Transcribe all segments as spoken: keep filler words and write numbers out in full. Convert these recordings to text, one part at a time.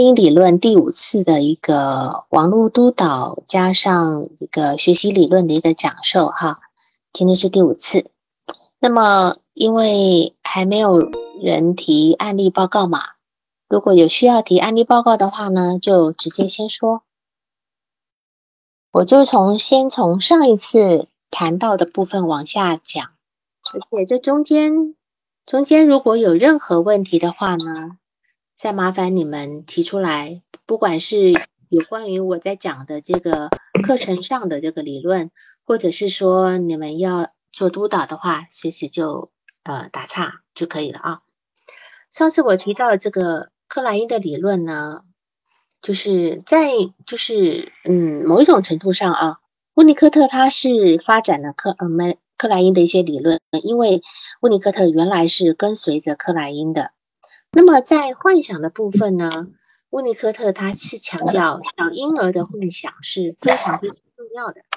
新理论第五次的一个网络督导加上一个学习理论的一个讲授哈，今天是第五次。那么因为还没有人提案例报告嘛，如果有需要提案例报告的话呢，就直接先说。我就从先从上一次谈到的部分往下讲，而且这中间中间如果有任何问题的话呢，再麻烦你们提出来，不管是有关于我在讲的这个课程上的这个理论，或者是说你们要做督导的话，随时就呃打岔就可以了啊。上次我提到的这个克莱因的理论呢，就是在就是嗯某一种程度上啊，温尼科特他是发展了克呃克莱因的一些理论，因为温尼科特原来是跟随着克莱因的。那么在幻想的部分呢，温尼科特他是强调小婴儿的幻想是非常非常重要的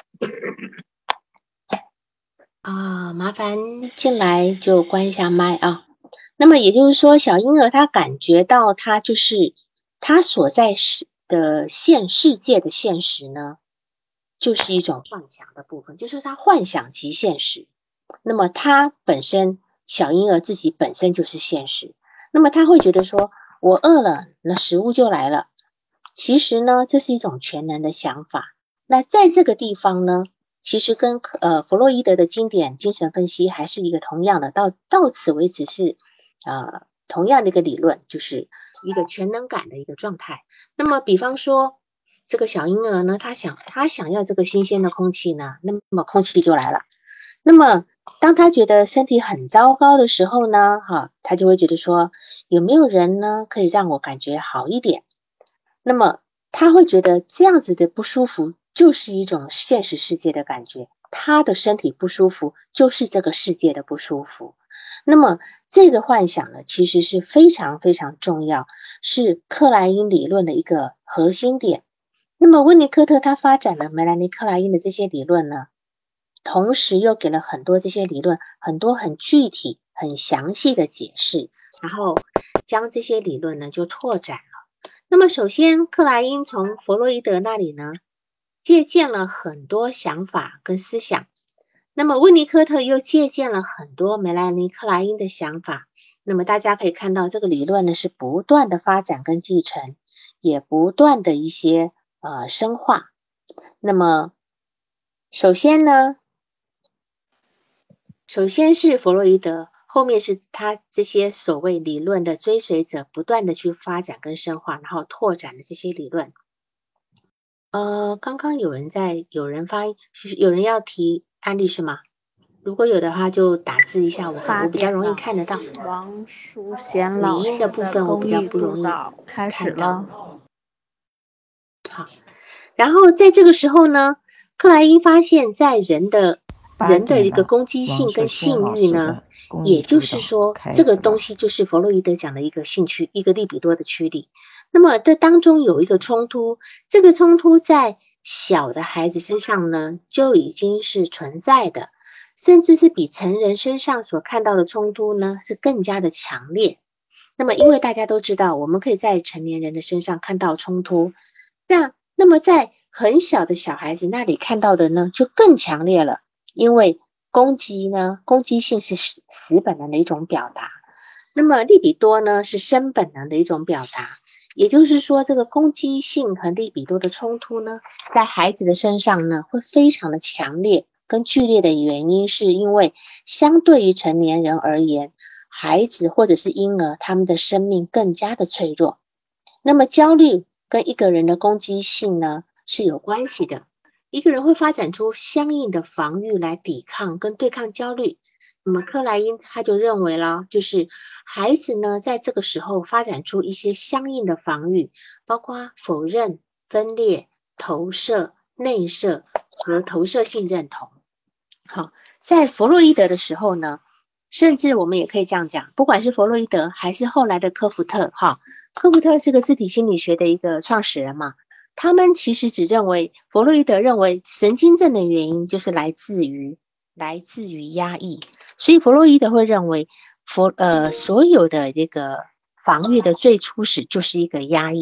啊，麻烦进来就关一下麦啊。那么也就是说，小婴儿他感觉到他就是他所在的现世界的现实呢，就是一种幻想的部分，就是他幻想即现实。那么他本身小婴儿自己本身就是现实，那么他会觉得说我饿了，那食物就来了。其实呢，这是一种全能的想法。那在这个地方呢，其实跟呃弗洛伊德的经典精神分析还是一个同样的，到到此为止是呃同样的一个理论，就是一个全能感的一个状态。那么比方说这个小婴儿呢，他想他想要这个新鲜的空气呢，那么空气就来了。那么当他觉得身体很糟糕的时候呢，哈，他就会觉得说有没有人呢可以让我感觉好一点。那么他会觉得这样子的不舒服就是一种现实世界的感觉，他的身体不舒服就是这个世界的不舒服。那么这个幻想呢，其实是非常非常重要，是克莱因理论的一个核心点。那么温尼科特他发展了梅兰妮克莱因的这些理论呢，同时又给了很多这些理论很多很具体很详细的解释，然后将这些理论呢就拓展了。那么首先克莱因从弗洛伊德那里呢借鉴了很多想法跟思想，那么温尼科特又借鉴了很多梅兰妮克莱因的想法。那么大家可以看到这个理论呢是不断的发展跟继承，也不断的一些呃深化。那么首先呢首先是弗洛伊德，后面是他这些所谓理论的追随者不断的去发展跟深化，然后拓展的这些理论。呃，刚刚有人在有人发有人要提案例是吗？如果有的话就打字一下，我我比较容易看得到。 王淑贤老师的部分我比较不容易开始了。 好，然后在这个时候呢，克莱因发现在人的人的一个攻击性跟性欲呢，也就是说这个东西就是弗洛伊德讲的一个兴趣，一个利比多的驱力。那么这当中有一个冲突，这个冲突在小的孩子身上呢就已经是存在的，甚至是比成人身上所看到的冲突呢是更加的强烈。那么因为大家都知道我们可以在成年人的身上看到冲突，那那么在很小的小孩子那里看到的呢就更强烈了，因为攻击呢攻击性是死本能的一种表达，那么利比多呢是生本能的一种表达。也就是说这个攻击性和利比多的冲突呢在孩子的身上呢会非常的强烈跟剧烈的原因是因为相对于成年人而言，孩子或者是婴儿他们的生命更加的脆弱。那么焦虑跟一个人的攻击性呢是有关系的，一个人会发展出相应的防御来抵抗跟对抗焦虑。那么克莱因他就认为了，就是孩子呢在这个时候发展出一些相应的防御，包括否认、分裂、投射、内射和投射性认同。好，在弗洛伊德的时候呢，甚至我们也可以这样讲，不管是弗洛伊德还是后来的科福特，哈，科福特是个自体心理学的一个创始人嘛，他们其实只认为弗洛伊德认为神经症的原因就是来自于来自于压抑，所以弗洛伊德会认为弗呃所有的这个防御的最初始就是一个压抑，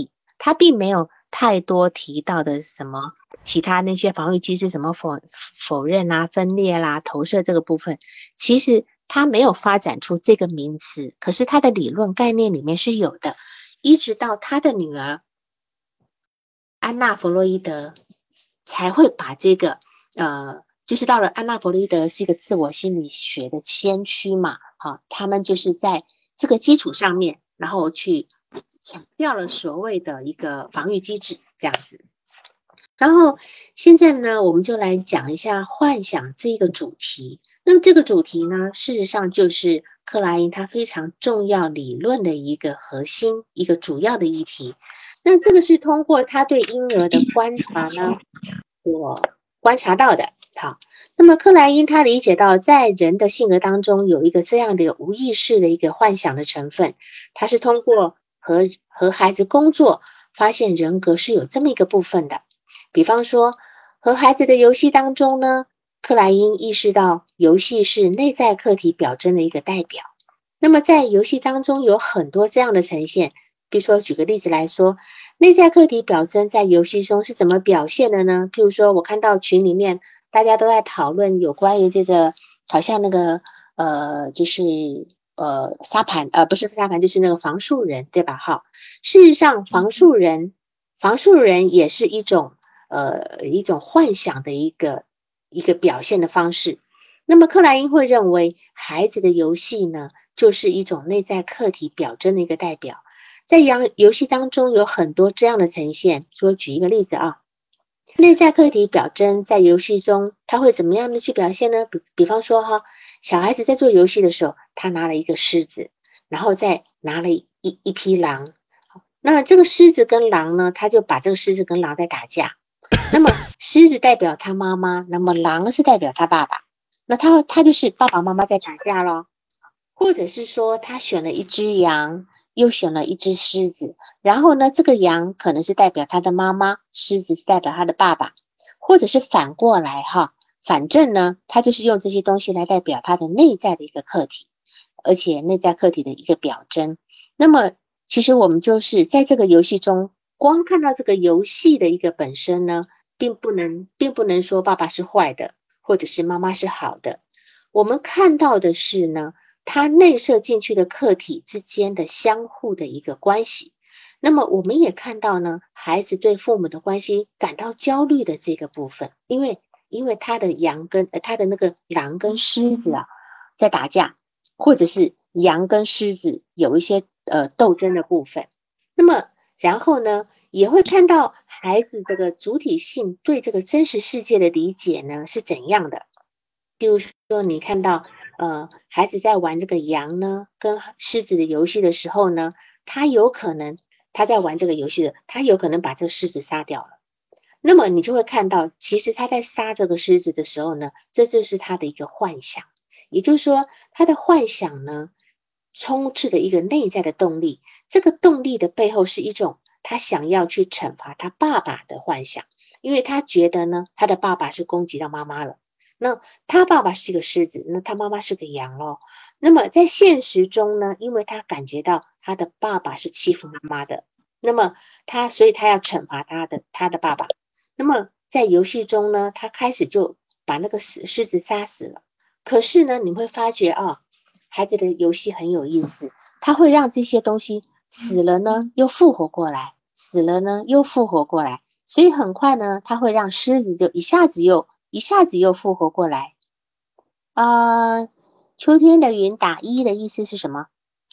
他并没有太多提到的什么其他那些防御机制，什么否否认啊、分裂啦、投射这个部分，其实他没有发展出这个名词，可是他的理论概念里面是有的，一直到他的女儿安娜·弗洛伊德才会把这个呃，就是到了安娜·弗洛伊德是一个自我心理学的先驱嘛，好，他们就是在这个基础上面，然后去强调了所谓的一个防御机制这样子。然后现在呢，我们就来讲一下幻想这个主题。那么这个主题呢，事实上就是克莱因他非常重要理论的一个核心，一个主要的议题。那这个是通过他对婴儿的观察呢，我观察到的。好，那么克莱因他理解到，在人的性格当中有一个这样的无意识的一个幻想的成分，他是通过和和孩子工作，发现人格是有这么一个部分的。比方说，和孩子的游戏当中呢，克莱因意识到游戏是内在课题表征的一个代表。那么在游戏当中有很多这样的呈现，比如说举个例子来说，内在课题表征在游戏中是怎么表现的呢？譬如说我看到群里面大家都在讨论有关于这个，好像那个呃，就是呃沙盘呃不是沙盘，就是那个防树人，对吧？哈，事实上防树人，防树人也是一种呃一种幻想的一个一个表现的方式。那么克莱因会认为，孩子的游戏呢，就是一种内在课题表征的一个代表。在游戏当中有很多这样的呈现，说举一个例子啊，内在课题表征在游戏中它会怎么样的去表现呢？比比方说哈，小孩子在做游戏的时候，他拿了一个狮子，然后再拿了一一匹狼，那这个狮子跟狼呢，他就把这个狮子跟狼在打架，那么狮子代表他妈妈，那么狼是代表他爸爸，那他他就是爸爸妈妈在打架咯。或者是说他选了一只羊，又选了一只狮子，然后呢，这个羊可能是代表他的妈妈，狮子是代表他的爸爸，或者是反过来哈，反正呢，他就是用这些东西来代表他的内在的一个课题，而且内在课题的一个表征。那么其实我们就是在这个游戏中，光看到这个游戏的一个本身呢，并不能并不能说爸爸是坏的，或者是妈妈是好的。我们看到的是呢，它内射进去的课题之间的相互的一个关系。那么我们也看到呢，孩子对父母的关系感到焦虑的这个部分，因为因为他的羊跟呃他的那个狼跟狮子啊在打架，或者是羊跟狮子有一些呃斗争的部分。那么然后呢，也会看到孩子这个主体性对这个真实世界的理解呢是怎样的。比如说你看到呃孩子在玩这个羊呢跟狮子的游戏的时候呢，他有可能他在玩这个游戏的，他有可能把这个狮子杀掉了。那么你就会看到，其实他在杀这个狮子的时候呢，这就是他的一个幻想。也就是说，他的幻想呢，充斥着一个内在的动力。这个动力的背后是一种他想要去惩罚他爸爸的幻想，因为他觉得呢，他的爸爸是攻击到妈妈了。那他爸爸是个狮子，那他妈妈是个羊咯。那么在现实中呢，因为他感觉到他的爸爸是欺负妈妈的，那么他所以他要惩罚他的他的爸爸。那么在游戏中呢，他开始就把那个狮子杀死了。可是呢，你会发觉啊，孩子的游戏很有意思，他会让这些东西死了呢又复活过来，死了呢又复活过来，所以很快呢，他会让狮子就一下子又一下子又复活过来。呃，秋天的云打一的意思是什么？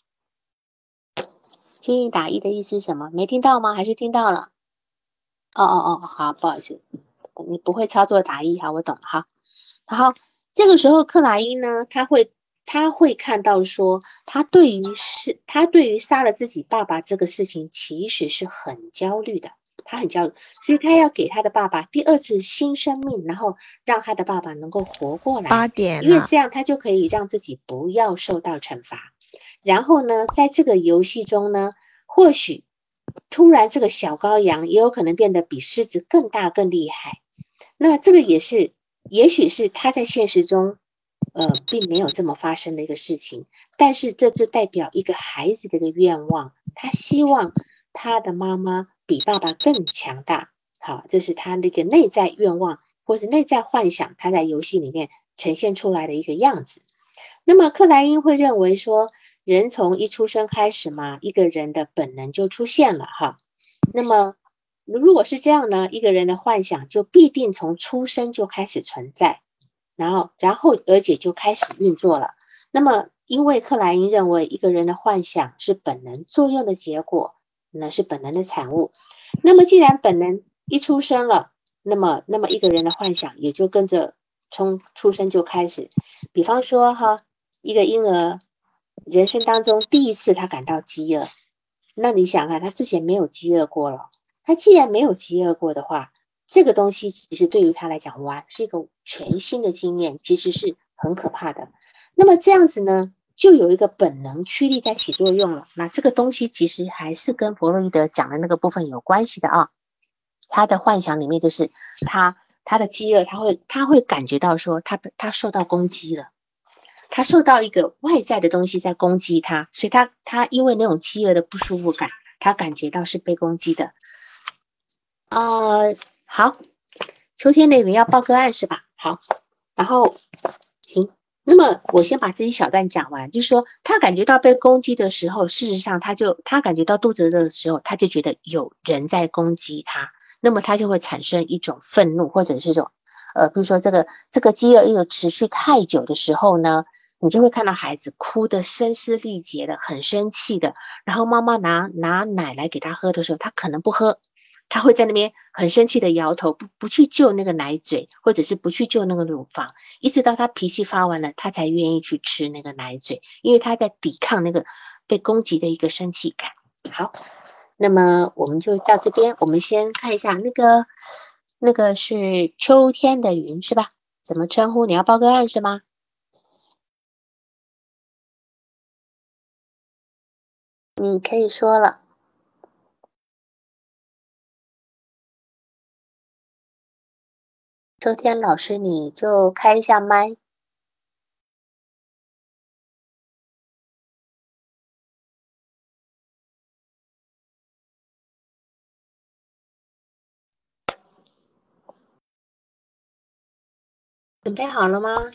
秋天打一的意思是什么？没听到吗？还是听到了？哦哦哦，好，不好意思，你不会操作打一，好，我懂了哈。然后这个时候克莱因呢，他会他会看到说，他对于是他对于杀了自己爸爸这个事情其实是很焦虑的，他很焦虑，所以他要给他的爸爸第二次新生命，然后让他的爸爸能够活过来， 八点因为这样他就可以让自己不要受到惩罚。然后呢，在这个游戏中呢，或许突然这个小羔羊也有可能变得比狮子更大更厉害。那这个也是也许是他在现实中呃并没有这么发生的一个事情，但是这就代表一个孩子的一个愿望，他希望他的妈妈比爸爸更强大。好，这是他那个内在愿望或者内在幻想，他在游戏里面呈现出来的一个样子。那么克莱因会认为说，人从一出生开始嘛，一个人的本能就出现了哈。那么如果是这样呢，一个人的幻想就必定从出生就开始存在，然后然后而且就开始运作了。那么因为克莱因认为一个人的幻想是本能作用的结果，那是本能的产物。那么既然本能一出生了，那么那么一个人的幻想也就跟着从出生就开始。比方说哈，一个婴儿人生当中第一次他感到饥饿，那你想看他之前没有饥饿过了，他既然没有饥饿过的话，这个东西其实对于他来讲，哇，是一个全新的经验，其实是很可怕的。那么这样子呢，就有一个本能驱力在起作用了。那这个东西其实还是跟弗洛伊德讲的那个部分有关系的啊。他的幻想里面就是他他的饥饿，他会他会感觉到说他他受到攻击了，他受到一个外在的东西在攻击他，所以他他因为那种饥饿的不舒服感，他感觉到是被攻击的。呃，好，秋天的你要报个案是吧？好，然后行。那么我先把自己小段讲完，就是说他感觉到被攻击的时候，事实上他就他感觉到肚子饿的时候，他就觉得有人在攻击他，那么他就会产生一种愤怒，或者是一种呃，比如说这个这个饥饿一直持续太久的时候呢，你就会看到孩子哭得声嘶力竭的，很生气的，然后妈妈拿拿奶来给他喝的时候，他可能不喝。他会在那边很生气的摇头，不不去救那个奶嘴，或者是不去救那个乳房，一直到他脾气发完了，他才愿意去吃那个奶嘴，因为他在抵抗那个被攻击的一个生气感。好，那么我们就到这边，我们先看一下那个那个是秋天的云是吧？怎么称呼？你要报个案是吗？你可以说了。秋天老师，你就开一下麦。准备好了吗？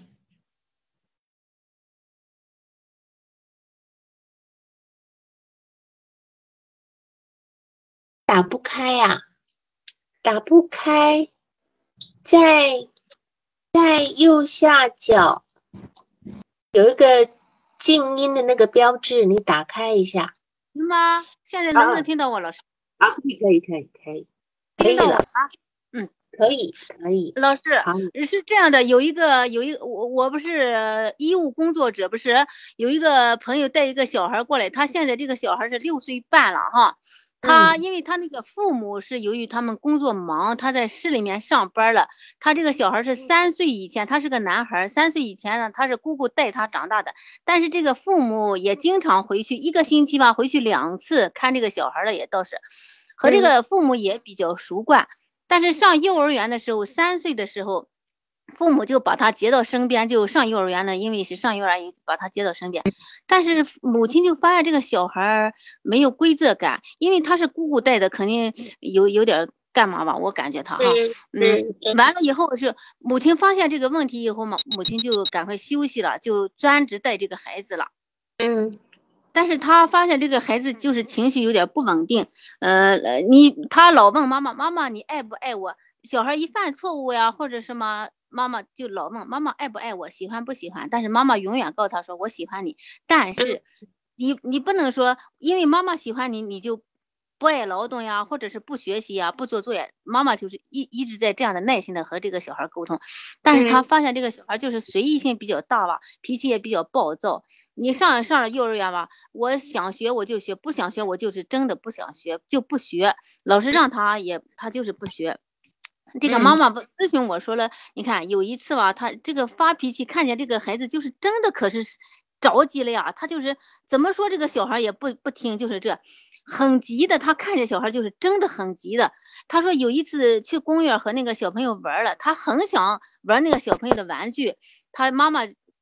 打不开呀、啊，打不开，在在右下角有一个静音的那个标志，你打开一下。 吗？现在能不能听到我，老师？ 啊，可以，可以，可以，可以，可以了。嗯，可以，可以。 老师，是这样的，有一个有一个我我不是医务工作者，不是有一个朋友带一个小孩过来，他现在这个小孩是六岁半了哈。他因为他那个父母是由于他们工作忙，他在市里面上班了。他这个小孩是三岁以前，他是个男孩，三岁以前呢，他是姑姑带他长大的。但是这个父母也经常回去，一个星期吧回去两次看这个小孩的，也倒是和这个父母也比较熟惯。但是上幼儿园的时候，三岁的时候，父母就把他接到身边，就上幼儿园了。因为是上幼儿园，把他接到身边。但是母亲就发现这个小孩没有规则感，因为他是姑姑带的，肯定有有点干嘛吧，我感觉他哈，嗯，完了以后是母亲发现这个问题以后嘛，母亲就赶快休息了，就专职带这个孩子了， 嗯。 但是他发现这个孩子就是情绪有点不稳定，呃，你他老问妈妈，妈妈你爱不爱我？小孩一犯错误呀，或者什么，妈妈就老问妈妈爱不爱我，喜欢不喜欢？但是妈妈永远告诉他说我喜欢你，但是你你不能说因为妈妈喜欢你，你就不爱劳动呀，或者是不学习呀，不做作业。妈妈就是一一直在这样的耐心的和这个小孩沟通，但是他发现这个小孩就是随意性比较大吧，脾气也比较暴躁。你上上了幼儿园吧，我想学我就学，不想学我就是真的不想学就不学，老师让他也他就是不学。这个妈妈咨询我说了，你看有一次吧，他这个发脾气，看见这个孩子就是真的可是着急了呀，他就是怎么说这个小孩也不不听，就是这很急的，他看见小孩就是真的很急的。他说有一次去公园和那个小朋友玩了，他很想玩那个小朋友的玩具，他妈妈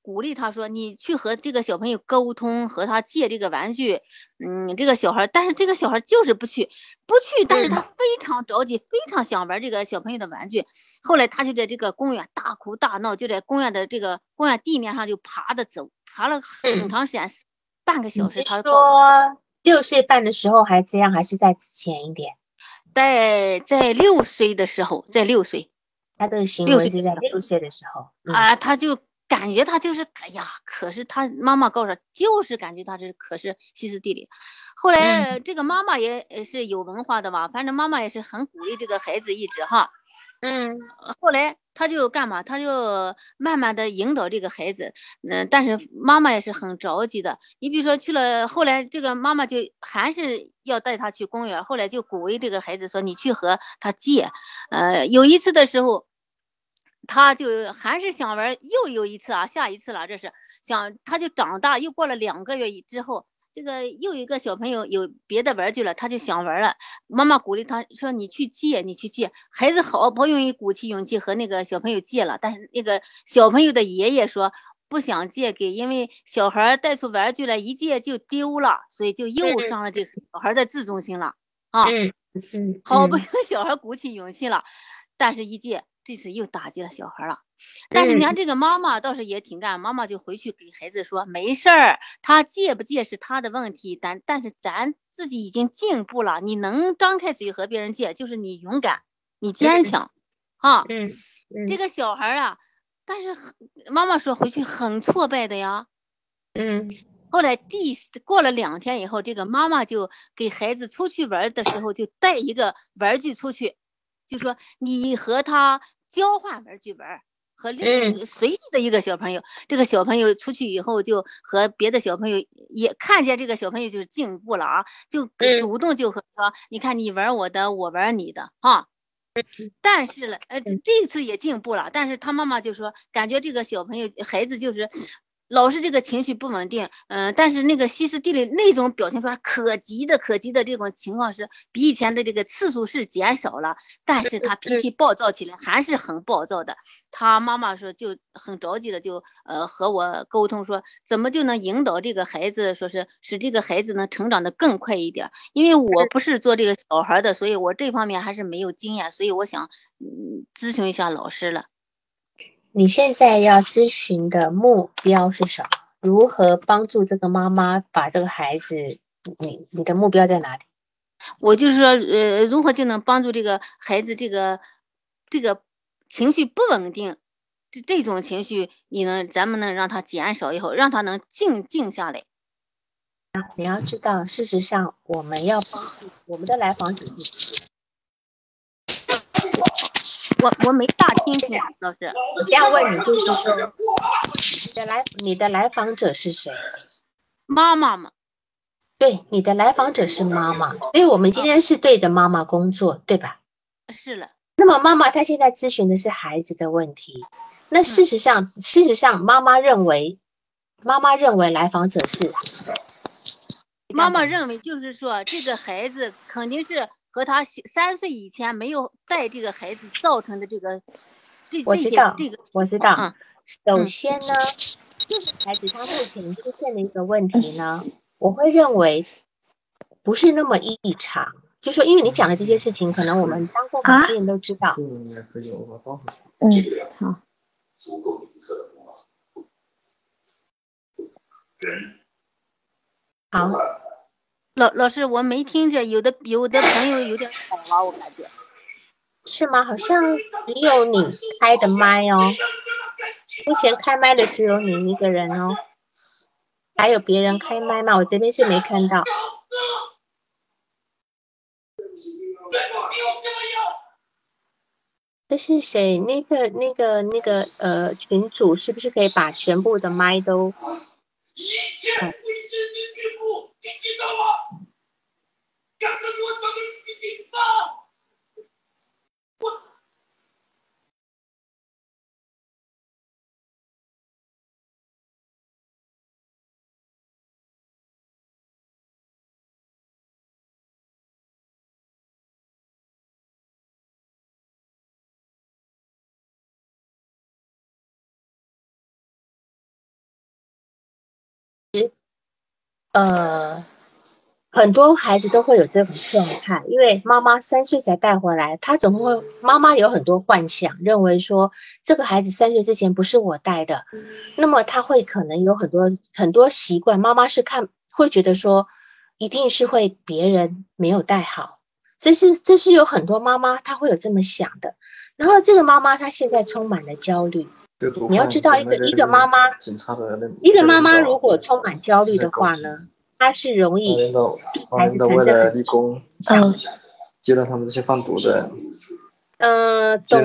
鼓励他说，你去和这个小朋友沟通，和他借这个玩具，嗯，这个小孩，但是这个小孩就是不去，不去，但是他非常着急，非常想玩这个小朋友的玩具。后来他就在这个公园大哭大闹，就在公园的这个公园地面上就爬着走，爬了很长时间，半个小时。他说六岁半的时候还这样，还是在之前一点？ 在在六岁的时候，在六岁， 他的行为是在六岁的时候啊，他就感觉他就是哎呀，可是他妈妈告诉他，就是感觉他是可是歇斯底里。后来这个妈妈也是有文化的吧，反正妈妈也是很鼓励这个孩子一直哈。 嗯， 后来他就干嘛？他就慢慢的引导这个孩子，嗯，但是妈妈也是很着急的。你比如说去了，后来这个妈妈就还是要带他去公园，后来就鼓励这个孩子说：“你去和他借。”呃，有一次的时候，他就还是想玩，又有一次啊，下一次了，这是想他就长大，又过了两个月之后。这个又一个小朋友有别的玩具了，他就想玩了。妈妈鼓励他说：“你去借，你去借。”孩子好不容易鼓起勇气和那个小朋友借了，但是那个小朋友的爷爷说不想借给，因为小孩带出玩具来一借就丢了，所以就又伤了这个小孩的自尊心了啊。 嗯嗯， 好不容易小孩鼓起勇气了，但是一借这次又打击了小孩了。但是你看这个妈妈倒是也挺干，妈妈就回去给孩子说没事儿，他借不借是他的问题，但但是咱自己已经进步了，你能张开嘴和别人借，就是你勇敢，你坚强，啊， 嗯嗯， 这个小孩啊，但是妈妈说回去很挫败的呀， 嗯， 后来第过了两天以后，这个妈妈就给孩子出去玩的时候就带一个玩具出去，就说你和他交换玩具玩。和另随意的一个小朋友，这个小朋友出去以后就和别的小朋友也看见这个小朋友就是进步了啊，就主动就和说，你看你玩我的，我玩你的哈。但是呢，呃，这次也进步了，但是他妈妈就说，感觉这个小朋友孩子就是。老是这个情绪不稳定，嗯、呃，但是那个歇斯底里那种表情说可急的可急的这种情况是比以前的这个次数是减少了，但是他脾气暴躁起来还是很暴躁的。他妈妈说就很着急的就呃和我沟通说，怎么就能引导这个孩子，说是使这个孩子能成长的更快一点。因为我不是做这个小孩的，所以我这方面还是没有经验，所以我想嗯咨询一下老师了。 你现在要咨询的目标是什么？如何帮助这个妈妈把这个孩子？你你的目标在哪里？ 我就是说，呃，如何就能帮助这个孩子，这个这个情绪不稳定，这这种情绪，你能咱们能让他减少以后，让他能静静下来。 你要知道，事实上我们要帮助我们的来访者是。 我我没大听清，老师。 我这样问你，就是说，你的来你的来访者是谁？ 妈妈嘛。 对，你的来访者是妈妈，所以我们今天是对着妈妈工作，对吧？ 是了。 那么妈妈她现在咨询的是孩子的问题，那事实上，嗯、事实上，妈妈认为，妈妈认为来访者是， 妈妈认为就是说，这个孩子肯定是和他三岁以前没有带这个孩子造成的这个，这我知道， 这些这个， 我知道。 嗯、 首先呢，这个孩子他目前出现的一个问题呢，我会认为不是那么异常。就说因为你讲的这些事情，可能我们当过某些人都知道。 嗯，好。 好， 老老师，我没听见，有的有的朋友有点吵啊，我感觉。 是吗？好像只有你开的麦哦，目前开麦的只有你一个人哦，还有别人开麦吗？我这边是没看到。这是谁？那个、那个、那个呃，群主是不是可以把全部的麦都？嗯呃，很多孩子都会有这种状态，因为妈妈三岁才带回来，他总会妈妈有很多幻想，认为说这个孩子三岁之前不是我带的，那么他会可能有很多很多习惯，妈妈是看会觉得说一定是会别人没有带好，这是这是有很多妈妈她会有这么想的，然后这个妈妈她现在充满了焦虑。你要知道一个一个妈妈，一个妈妈如果充满焦虑的话呢，她是容易对孩子产生很嗯，接到他们这些贩毒的， 呃懂。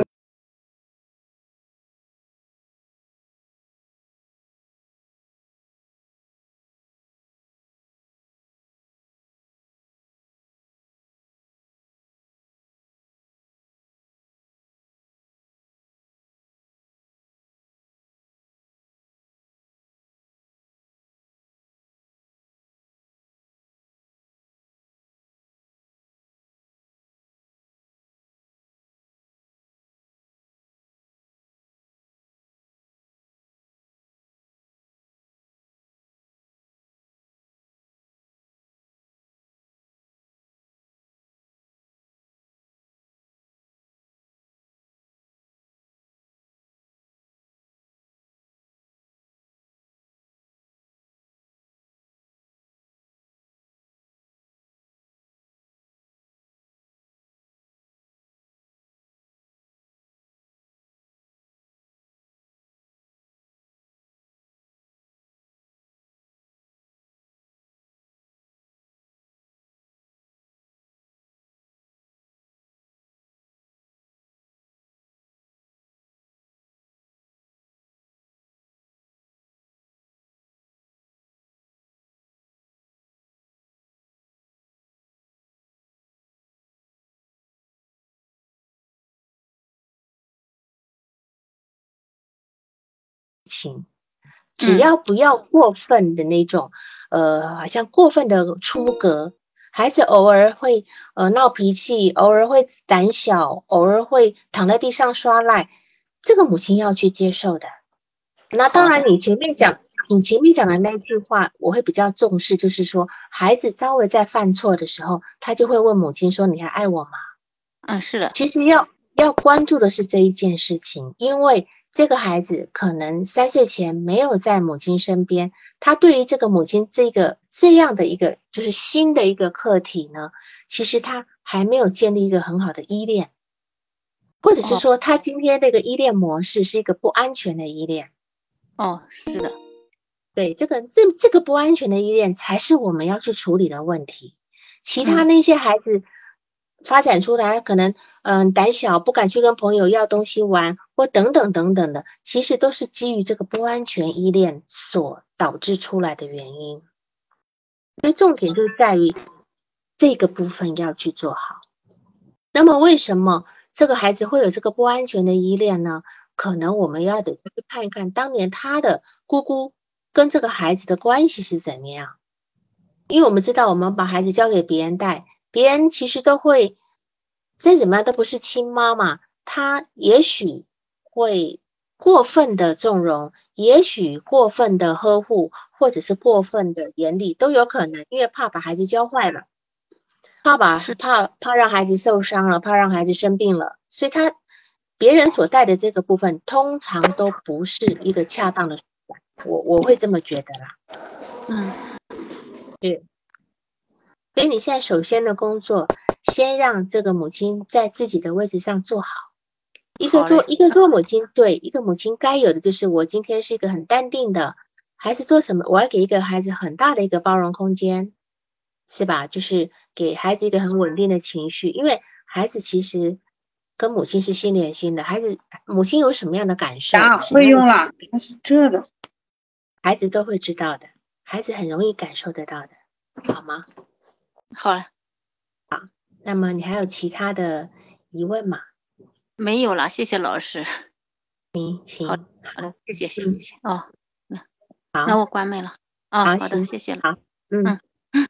只要不要过分的那种，呃，好像过分的出格，孩子偶尔会呃闹脾气，偶尔会胆小，偶尔会躺在地上刷赖，这个母亲要去接受的。那当然，你前面讲，你前面讲的那句话，我会比较重视，就是说，孩子稍微在犯错的时候，他就会问母亲说：“你还爱我吗？” 嗯，是的。 其实要要关注的是这一件事情，因为这个孩子可能三岁前没有在母亲身边，他对于这个母亲这个这样的一个就是新的一个课题呢，其实他还没有建立一个很好的依恋，或者是说他今天这个依恋模式是一个不安全的依恋。 哦，是的。 对，这个这这个不安全的依恋才是我们要去处理的问题。其他那些孩子发展出来，可能嗯胆小，不敢去跟朋友要东西玩，或等等等等的，其实都是基于这个不安全依恋所导致出来的原因。所以重点就在于这个部分要去做好。那么为什么这个孩子会有这个不安全的依恋呢？可能我们要得去看一看当年他的姑姑跟这个孩子的关系是怎么样。因为我们知道我们把孩子交给别人带，别人其实都会再怎么样都不是亲妈妈，他也许会过分的纵容，也许过分的呵护，或者是过分的严厉都有可能，因为怕把孩子教坏了，怕把怕怕让孩子受伤了，怕让孩子生病了，所以他别人所带的这个部分通常都不是一个恰当的手段，我我会这么觉得啦。 嗯， 对。所以你现在首先的工作，先让这个母亲在自己的位置上做好。一个做一个做母亲，对一个母亲该有的就是，我今天是一个很淡定的，孩子做什么，我要给一个孩子很大的一个包容空间，是吧？就是给孩子一个很稳定的情绪，因为孩子其实跟母亲是心连心的，孩子母亲有什么样的感受， 啊，会用了，它是这的， 孩子都会知道的，孩子很容易感受得到的，好吗？ 好了。 好，那么你还有其他的疑问吗？ 没有了，谢谢老师。 行行， 好好的，谢谢谢谢谢、嗯、哦，那好， 那我关麦了啊、哦。好的，谢谢了。 好，嗯嗯。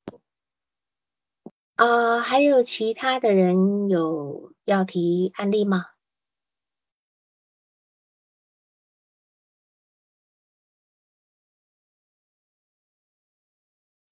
呃，还有其他的人有要提案例吗？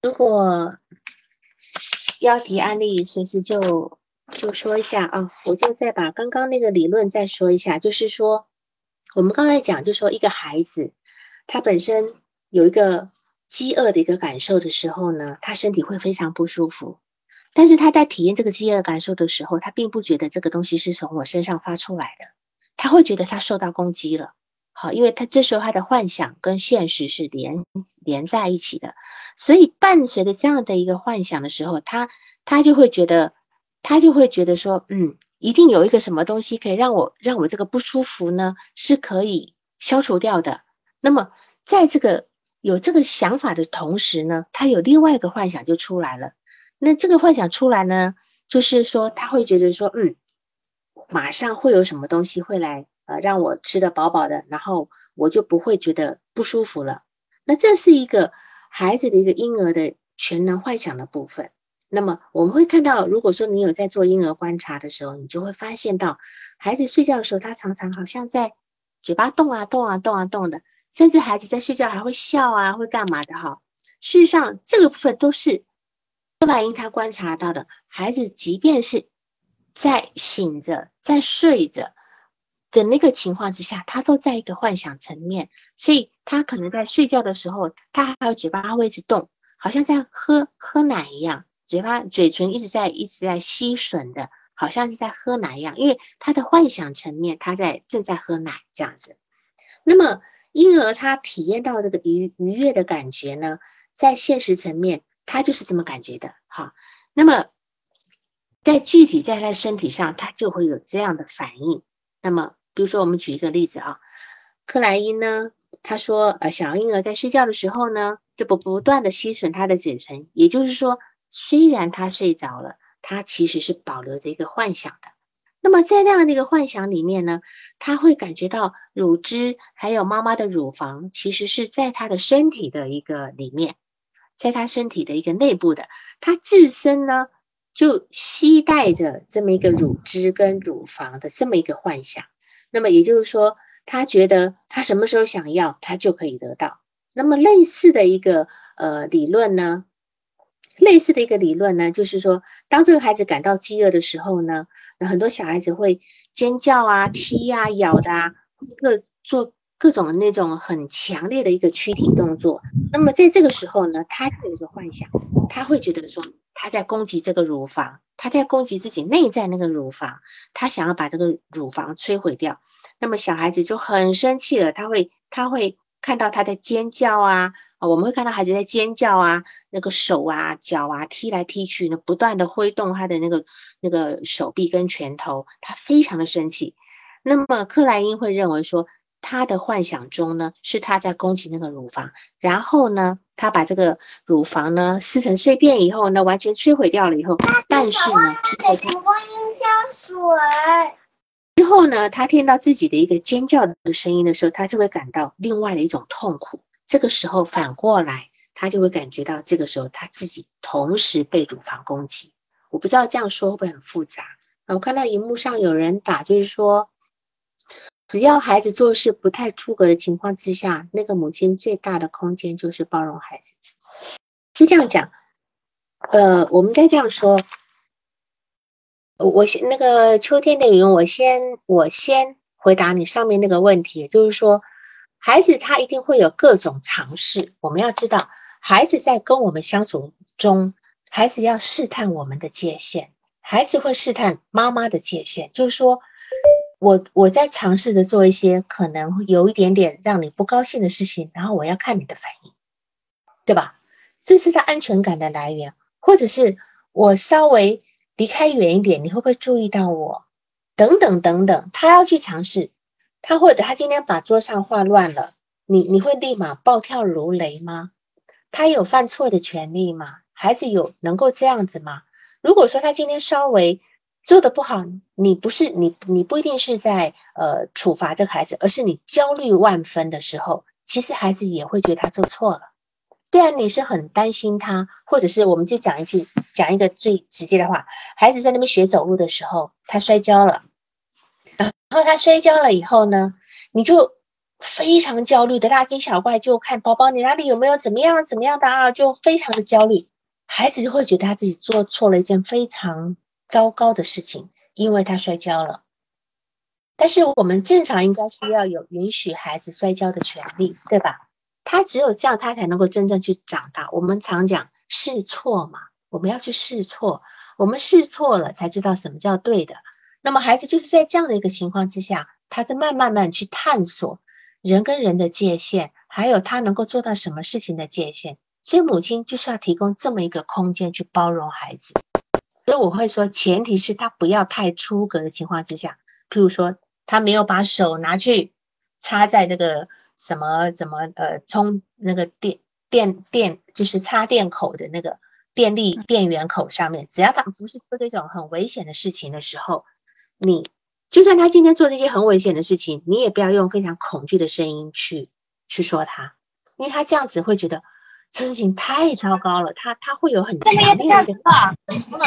如果要提案例，随时就就说一下啊，我就再把刚刚那个理论再说一下，就是说我们刚才讲，就说一个孩子他本身有一个饥饿的一个感受的时候呢，他身体会非常不舒服，但是他在体验这个饥饿感受的时候，他并不觉得这个东西是从我身上发出来的，他会觉得他受到攻击了。好，因为他这时候他的幻想跟现实是连连在一起的，所以伴随着这样的一个幻想的时候，他他就会觉得他就会觉得说，嗯，一定有一个什么东西可以让我让我这个不舒服呢，是可以消除掉的。那么在这个有这个想法的同时呢，他有另外一个幻想就出来了。那这个幻想出来呢，就是说他会觉得说，嗯，马上会有什么东西会来呃让我吃得饱饱的，然后我就不会觉得不舒服了。那这是一个孩子的一个婴儿的全能幻想的部分。那么我们会看到，如果说你有在做婴儿观察的时候，你就会发现到孩子睡觉的时候，他常常好像在嘴巴动啊动啊动啊动的，甚至孩子在睡觉还会笑啊，会干嘛的哈。事实上这个部分都是克莱因他观察到的，孩子即便是在醒着在睡着的那个情况之下，他都在一个幻想层面，所以他可能在睡觉的时候，他还有嘴巴会一直动，好像在喝喝奶一样，嘴巴嘴唇一直在一直在吸吮的，好像是在喝奶一样，因为他的幻想层面他在正在喝奶这样子。那么婴儿他体验到这个愉愉悦的感觉呢，在现实层面他就是这么感觉的。好，那么在具体在他的身体上，他就会有这样的反应。那么比如说我们举一个例子啊，克莱因呢他说呃，小婴儿在睡觉的时候呢，这不不断的吸吮他的嘴唇，也就是说虽然他睡着了，他其实是保留着一个幻想的。那么在那样的一个幻想里面呢，他会感觉到乳汁还有妈妈的乳房其实是在他的身体的一个里面，在他身体的一个内部的，他自身呢就携带着这么一个乳汁跟乳房的这么一个幻想。那么也就是说他觉得他什么时候想要他就可以得到。那么类似的一个呃理论呢类似的一个理论呢，就是说当这个孩子感到饥饿的时候呢，那很多小孩子会尖叫啊踢啊咬的啊，各做各种那种很强烈的一个躯体动作。那么在这个时候呢，他有一个幻想，他会觉得说他在攻击这个乳房，他在攻击自己内在那个乳房，他想要把这个乳房摧毁掉。那么小孩子就很生气了，他会他会看到他在尖叫啊，我们会看到孩子在尖叫啊，那个手啊脚啊踢来踢去呢，不断的挥动他的那个那个手臂跟拳头，他非常的生气。那么克莱因会认为说他的幻想中呢是他在攻击那个乳房，然后呢他把这个乳房呢撕成碎片以后呢完全摧毁掉了以后，但是呢之后他之后呢他听到自己的一个尖叫的声音的时候，他就会感到另外的一种痛苦。这个时候反过来他就会感觉到这个时候他自己同时被乳房攻击。我不知道这样说会不会很复杂。我看到荧幕上有人打，就是说只要孩子做事不太出格的情况之下，那个母亲最大的空间就是包容孩子。就这样讲呃，我们应该这样说，我先那个秋天的云，我先我先回答你上面那个问题，就是说孩子他一定会有各种尝试。我们要知道孩子在跟我们相处中，孩子要试探我们的界限，孩子会试探妈妈的界限，就是说我我在尝试着做一些可能有一点点让你不高兴的事情，然后我要看你的反应，对吧？这是他安全感的来源。或者是我稍微离开远一点，你会不会注意到我？等等等等，他要去尝试。他或者他今天把桌上画乱了，你你会立马暴跳如雷吗？他有犯错的权利吗？孩子有能够这样子吗？如果说他今天稍微做得不好，你不是你你不一定是在呃处罚这个孩子，而是你焦虑万分的时候，其实孩子也会觉得他做错了。虽然你是很担心他，或者是我们就讲一句讲一个最直接的话，孩子在那边学走路的时候他摔跤了，然后他摔跤了以后呢，你就非常焦虑的大惊小怪，就看宝宝你哪里有没有怎么样怎么样的啊，就非常的焦虑。孩子会觉得他自己做错了一件非常糟糕的事情，因为他摔跤了。但是我们正常应该是要有允许孩子摔跤的权利，对吧？他只有这样他才能够真正去长大。我们常讲试错嘛，我们要去试错，我们试错了才知道什么叫对的。那么孩子就是在这样的一个情况之下，他在慢慢慢去探索人跟人的界限，还有他能够做到什么事情的界限。所以母亲就是要提供这么一个空间去包容孩子。所以我会说前提是他不要太出格的情况之下，譬如说他没有把手拿去插在那个什么什么呃充那个电电电就是插电口的那个电力电源口上面，只要他不是做这种很危险的事情的时候，你就算他今天做这些很危险的事情，你也不要用非常恐惧的声音去去说他，因为他这样子会觉得这事情太糟糕了，他他会有很强烈的一个他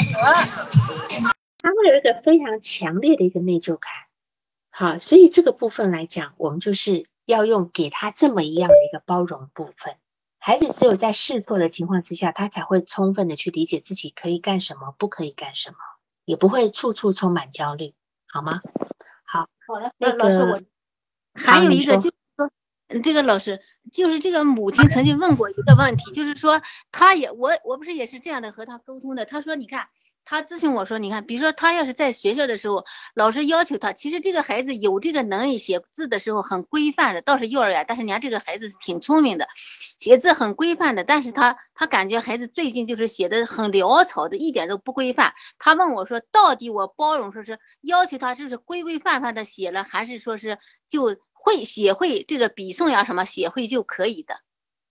会有一个非常强烈的一个内疚感。好，所以这个部分来讲，我们就是要用给他这么一样的一个包容部分。孩子只有在试错的情况之下，他才会充分的去理解自己可以干什么，不可以干什么，也不会处处充满焦虑，好吗？好， 好了， 那老师我个还有一个就是说，这个老师就是这个母亲曾经问过一个问题，就是说他也我我不是也是这样的和他沟通的，他说你看。他咨询我说，你看，比如说他要是在学校的时候，老师要求他，其实这个孩子有这个能力写字的时候很规范的，倒是幼儿园，但是人家这个孩子挺聪明的，写字很规范的，但是他他感觉孩子最近就是写的很潦草的，一点都不规范。他问我说，到底我包容说是要求他就是规规范范的写了，还是说是就会写会这个笔诵呀什么写会就可以的？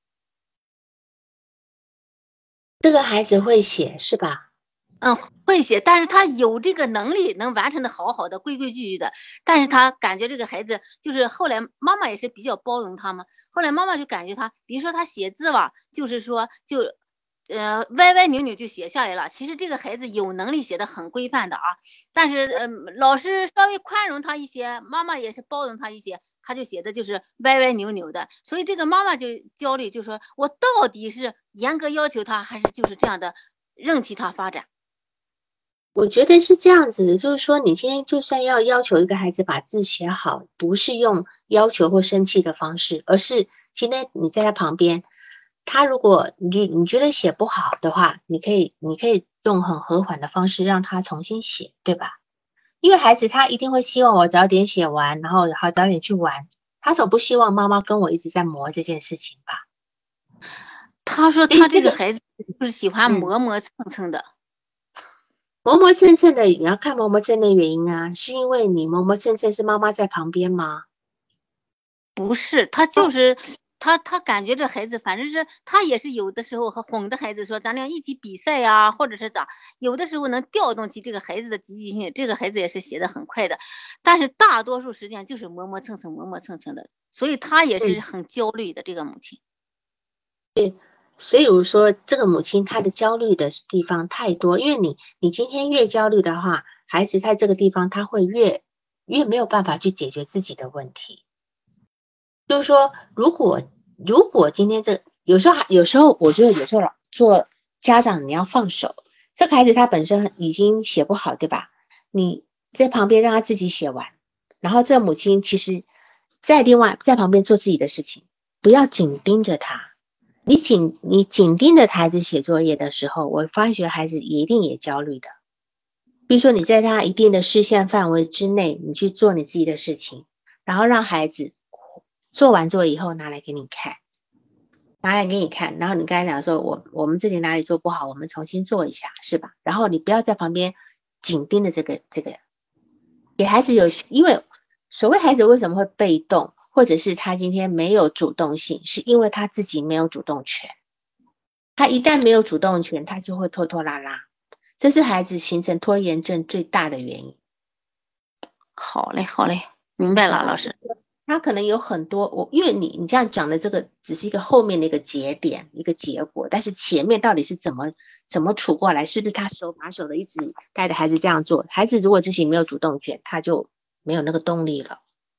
这个孩子会写是吧？ 嗯，会写，但是他有这个能力能完成的好好的规规矩矩的，但是他感觉这个孩子就是后来妈妈也是比较包容他嘛，后来妈妈就感觉他，比如说他写字吧，就是说就呃歪歪扭扭就写下来了，其实这个孩子有能力写的很规范的啊，但是呃老师稍微宽容他一些，妈妈也是包容他一些，他就写的就是歪歪扭扭的，所以这个妈妈就焦虑，就说我到底是严格要求他，还是就是这样的任其他发展？ 我觉得是这样子的，就是说你今天就算要要求一个孩子把字写好，不是用要求或生气的方式，而是今天你在他旁边，他如果你你觉得写不好的话，你可以你可以用很和缓的方式让他重新写，对吧？因为孩子他一定会希望我早点写完，然后然后早点去玩，他总不希望妈妈跟我一直在磨这件事情吧？ 他说他这个孩子就是喜欢磨磨蹭蹭的。 磨磨蹭蹭的，你要看磨磨蹭的原因啊，是因为你磨磨蹭蹭是妈妈在旁边吗？ 不是，他就是、哦、他他感觉这孩子反正是他也是有的时候和哄的孩子说咱俩一起比赛呀、啊，或者是咋，有的时候能调动起这个孩子的积极性，这个孩子也是写的很快的，但是大多数时间就是磨磨蹭蹭磨磨蹭蹭的，所以他也是很焦虑的、嗯、这个母亲。 对。所以我说这个母亲她的焦虑的地方太多，因为你你今天越焦虑的话，孩子在这个地方他会越越没有办法去解决自己的问题。就是说如果如果今天这有时候有时候我觉得有时候做家长你要放手，这个孩子他本身已经写不好，对吧？你在旁边让他自己写完，然后这母亲其实在另外在旁边做自己的事情，不要紧盯着他。你紧你紧盯着孩子写作业的时候，我发觉孩子一定也焦虑的。比如说你在他一定的视线范围之内，你去做你自己的事情，然后让孩子做完作业以后拿来给你看，拿来给你看，然后你刚才讲说我我们这里哪里做不好，我们重新做一下，是吧？然后你不要在旁边紧盯着这个这个，给孩子有，因为所谓孩子为什么会被动？或者是他今天没有主动性，是因为他自己没有主动权。他一旦没有主动权，他就会拖拖拉拉，这是孩子形成拖延症最大的原因。 好嘞，好嘞，明白了，老师。 他可能有很多，我因为你你这样讲的这个只是一个后面的一个节点，一个结果，但是前面到底是怎么怎么处过来，是不是他手把手的一直带着孩子这样做？孩子如果自己没有主动权，他就没有那个动力了。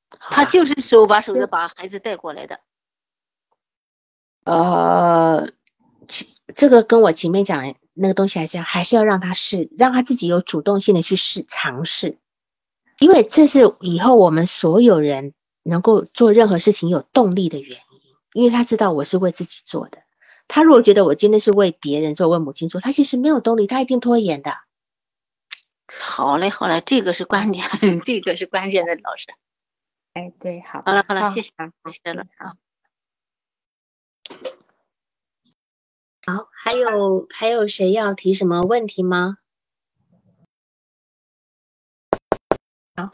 他就是手把手的把孩子带过来的。 呃，这个跟我前面讲的那个东西还是要还是要让他试，让他自己有主动性的去试尝试，因为这是以后我们所有人能够做任何事情有动力的原因，因为他知道我是为自己做的。他如果觉得我今天是为别人做，为母亲做，他其实没有动力，他一定拖延的。 好嘞，好嘞，这个是关键，这个是关键的，老师。 哎，对，好， 好了，好了， 好谢谢，谢谢了。 好，好，还有还有谁要提什么问题吗？好，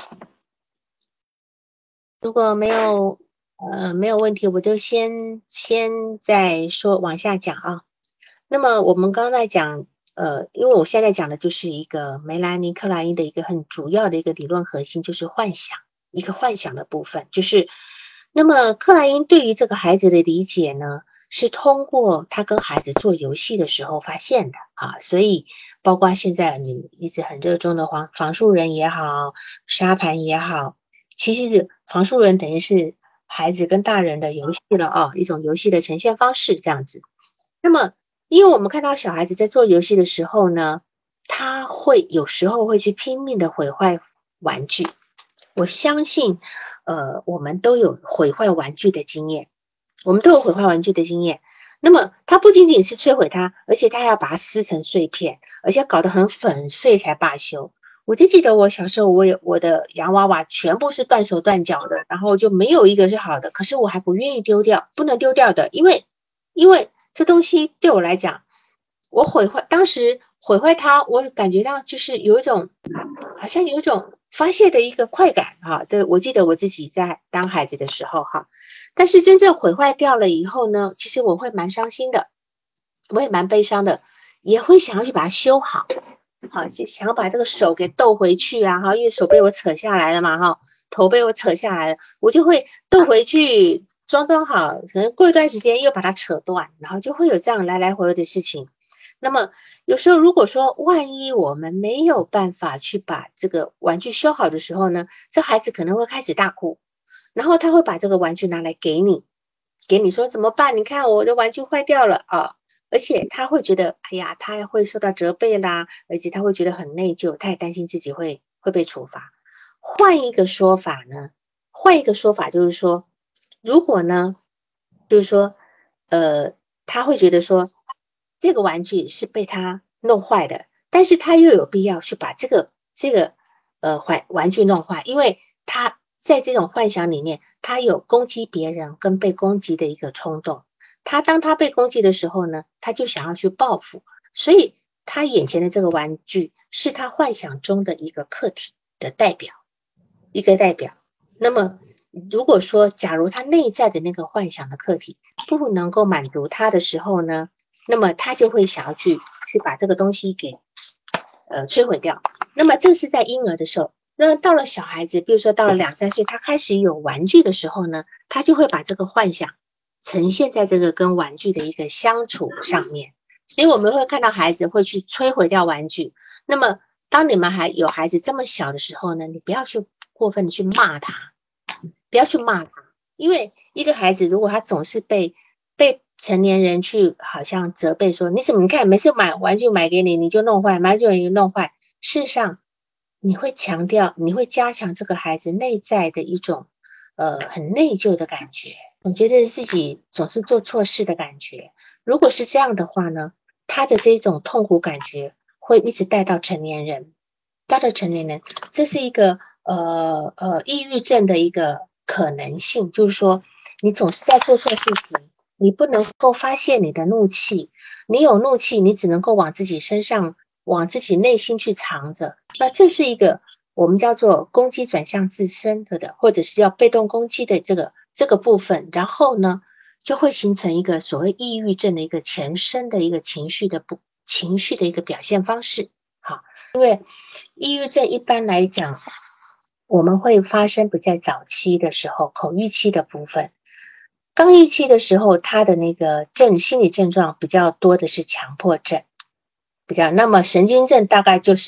如果没有呃没有问题，我就先先再说往下讲啊。那么我们刚才讲。呃，因为我现在讲的就是一个梅兰妮·克莱因的一个很主要的一个理论核心，就是幻想，一个幻想的部分。就是那么克莱因对于这个孩子的理解呢，是通过他跟孩子做游戏的时候发现的啊。所以包括现在你一直很热衷的防防树人也好，沙盘也好，其实防树人等于是孩子跟大人的游戏了啊，一种游戏的呈现方式这样子。那么因为我们看到小孩子在做游戏的时候呢，他会有时候会去拼命的毁坏玩具。我相信呃，我们都有毁坏玩具的经验，我们都有毁坏玩具的经验。那么他不仅仅是摧毁它，而且他还要把它撕成碎片，而且搞得很粉碎才罢休。我就记得我小时候，我有我的洋娃娃全部是断手断脚的，然后就没有一个是好的，可是我还不愿意丢掉，不能丢掉的，因为因为这东西对我来讲，我毁坏，当时毁坏它，我感觉到就是有一种，好像有一种发泄的一个快感哈。对，我记得我自己在当孩子的时候哈，但是真正毁坏掉了以后呢，其实我会蛮伤心的，我也蛮悲伤的，也会想要去把它修好，好，想要把这个手给斗回去啊哈，因为手被我扯下来了嘛哈，头被我扯下来了，我就会斗回去。装装好，可能过一段时间又把它扯断，然后就会有这样来来回回的事情。那么有时候如果说万一我们没有办法去把这个玩具修好的时候呢，这孩子可能会开始大哭，然后他会把这个玩具拿来给你，给你说怎么办？你看我的玩具坏掉了啊！而且他会觉得，哎呀，他会受到责备啦，而且他会觉得很内疚，他也担心自己会会被处罚。换一个说法呢，换一个说法就是说。如果呢，就是说，呃，他会觉得说，这个玩具是被他弄坏的，但是他又有必要去把这个这个呃玩玩具弄坏，因为他在这种幻想里面，他有攻击别人跟被攻击的一个冲动。他当他被攻击的时候呢，他就想要去报复，所以他眼前的这个玩具是他幻想中的一个客体的代表，一个代表。那么如果说假如他内在的那个幻想的客体不能够满足他的时候呢，那么他就会想要去去把这个东西给呃摧毁掉。那么这是在婴儿的时候，那到了小孩子，比如说到了两三岁，他开始有玩具的时候呢，他就会把这个幻想呈现在这个跟玩具的一个相处上面。所以我们会看到孩子会去摧毁掉玩具。那么当你们还有孩子这么小的时候呢，你不要去过分的去骂他，不要去骂他，因为一个孩子如果他总是被被成年人去好像责备说，你怎么你看每次买玩具买给你你就弄坏，买给你弄坏，事实上你会强调，你会加强这个孩子内在的一种呃很内疚的感觉，总觉得自己总是做错事的感觉。如果是这样的话呢，他的这种痛苦感觉会一直带到成年人，带到成年人，这是一个呃呃抑郁症的一个可能性，就是说你总是在做错事情，你不能够发泄你的怒气，你有怒气你只能够往自己身上往自己内心去藏着，那这是一个我们叫做攻击转向自身的，或者是要被动攻击的这个这个部分，然后呢就会形成一个所谓抑郁症的一个前身的一个情绪的不情绪的一个表现方式。好，因为抑郁症一般来讲我们会发生不在早期的时候，口欲期的部分。刚预期的时候，他的那个症心理症状比较多的是强迫症，比较那么神经症大概就是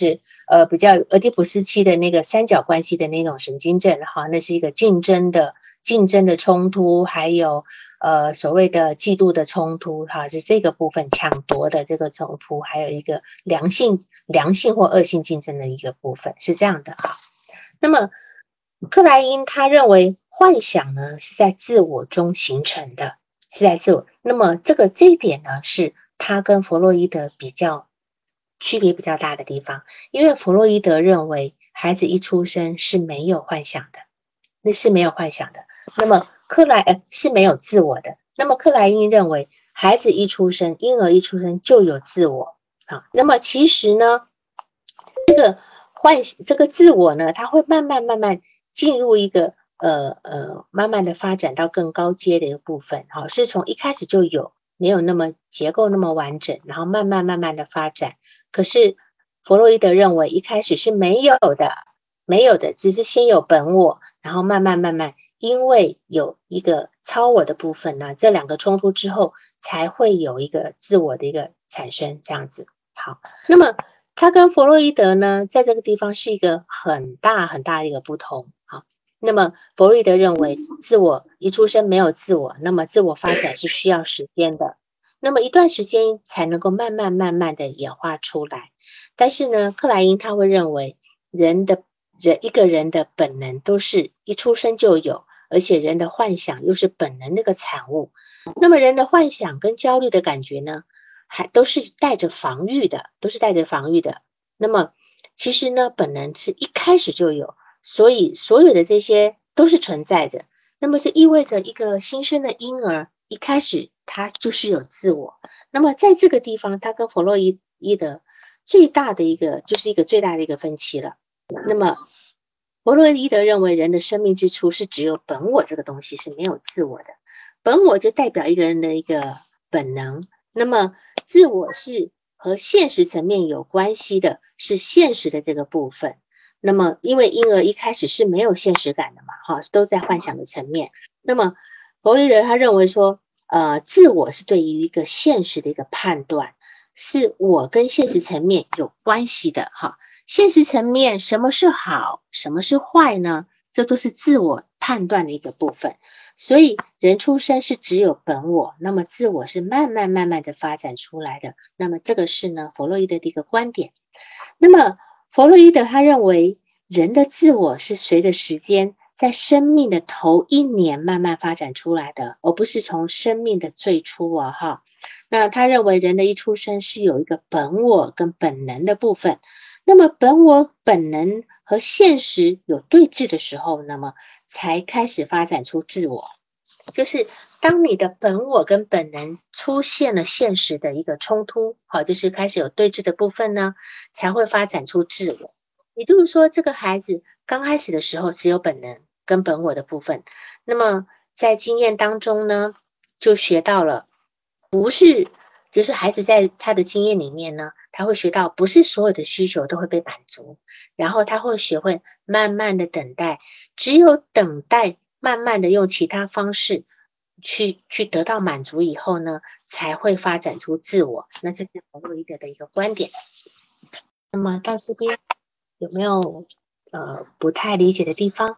呃比较俄狄浦斯期的那个三角关系的那种神经症哈，那是一个竞争的竞争的冲突，还有呃所谓的嫉妒的冲突哈，是这个部分抢夺的这个冲突，还有一个良性良性或恶性竞争的一个部分，是这样的哈。那么克莱因他认为幻想呢是在自我中形成的，是在自我，那么这个这一点呢是他跟弗洛伊德比较区别比较大的地方，因为弗洛伊德认为孩子一出生是没有幻想的，那是没有幻想的，那么克莱呃是没有自我的，那么克莱因认为孩子一出生，婴儿一出生就有自我啊。那么其实呢，这个幻这个自我呢，它会慢慢慢慢进入一个呃呃慢慢的发展到更高阶的一个部分，好，是从一开始就有，没有那么结构那么完整，然后慢慢慢慢的发展。可是弗洛伊德认为一开始是没有的，没有的，只是先有本我，然后慢慢慢慢，因为有一个超我的部分呢，这两个冲突之后，才会有一个自我的一个产生，这样子。好，那么他跟弗洛伊德呢，在这个地方是一个很大很大的一个不同。好，那么弗洛伊德认为自我一出生没有自我，那么自我发展是需要时间的，那么一段时间才能够慢慢慢慢的演化出来。但是呢，克莱因他会认为人的人一个人的本能都是一出生就有，而且人的幻想又是本能的一个产物。那么人的幻想跟焦虑的感觉呢，还都是带着防御的，都是带着防御的。那么其实呢，本能是一开始就有，所以所有的这些都是存在着。那么就意味着一个新生的婴儿一开始他就是有自我。那么在这个地方，他跟弗洛伊德最大的一个就是一个最大的一个分歧了。那么弗洛伊德认为人的生命之初是只有本我这个东西，是没有自我的。本我就代表一个人的一个本能，那么自我是和现实层面有关系的，是现实的这个部分。那么因为婴儿一开始是没有现实感的嘛，哈，都在幻想的层面。那么弗洛伊德他认为说呃，自我是对于一个现实的一个判断，是我跟现实层面有关系的哈。现实层面什么是好，什么是坏呢？这都是自我判断的一个部分。所以人出生是只有本我，那么自我是慢慢慢慢的发展出来的。那么这个是呢弗洛伊德的一个观点。那么弗洛伊德他认为人的自我是随着时间在生命的头一年慢慢发展出来的，而不是从生命的最初啊哈。那他认为人的一出生是有一个本我跟本能的部分，那么本我本能和现实有对峙的时候，那么才开始发展出自我。就是当你的本我跟本能出现了现实的一个冲突，好，就是开始有对峙的部分呢，才会发展出自我。也就是说，这个孩子刚开始的时候只有本能跟本我的部分，那么在经验当中呢，就学到了不是，就是孩子在他的经验里面呢，他会学到不是所有的需求都会被满足，然后他会学会慢慢的等待，只有等待慢慢的用其他方式去去得到满足以后呢，才会发展出自我。那这是弗洛伊德的一个观点。那么到这边有没有呃不太理解的地方？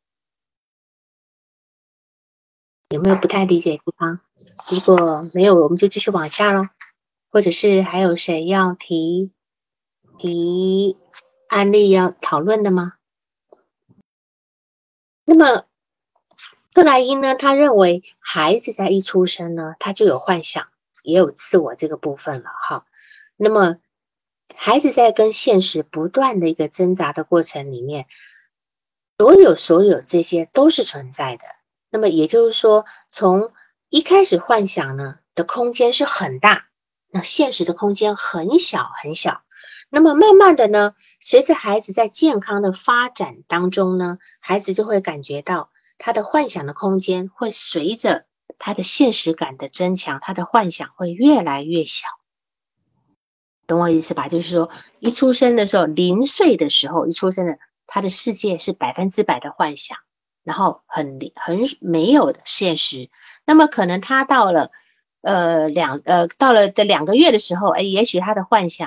有没有不太理解的地方？如果没有，我们就继续往下咯。或者是还有谁要提提案例要讨论的吗？那么克莱因呢，他认为孩子在一出生呢，他就有幻想，也有自我这个部分了哈。那么孩子在跟现实不断的一个挣扎的过程里面，所有所有这些都是存在的。那么也就是说，从一开始幻想呢的空间是很大，那现实的空间很小很小。那么慢慢的呢，随着孩子在健康的发展当中呢，孩子就会感觉到他的幻想的空间会随着他的现实感的增强，他的幻想会越来越小。懂我意思吧？就是说一出生的时候，零岁的时候一出生的，他的世界是百分之百的幻想，然后很很没有的现实。那么可能他到了呃两呃到了的两个月的时候，哎，也许他的幻想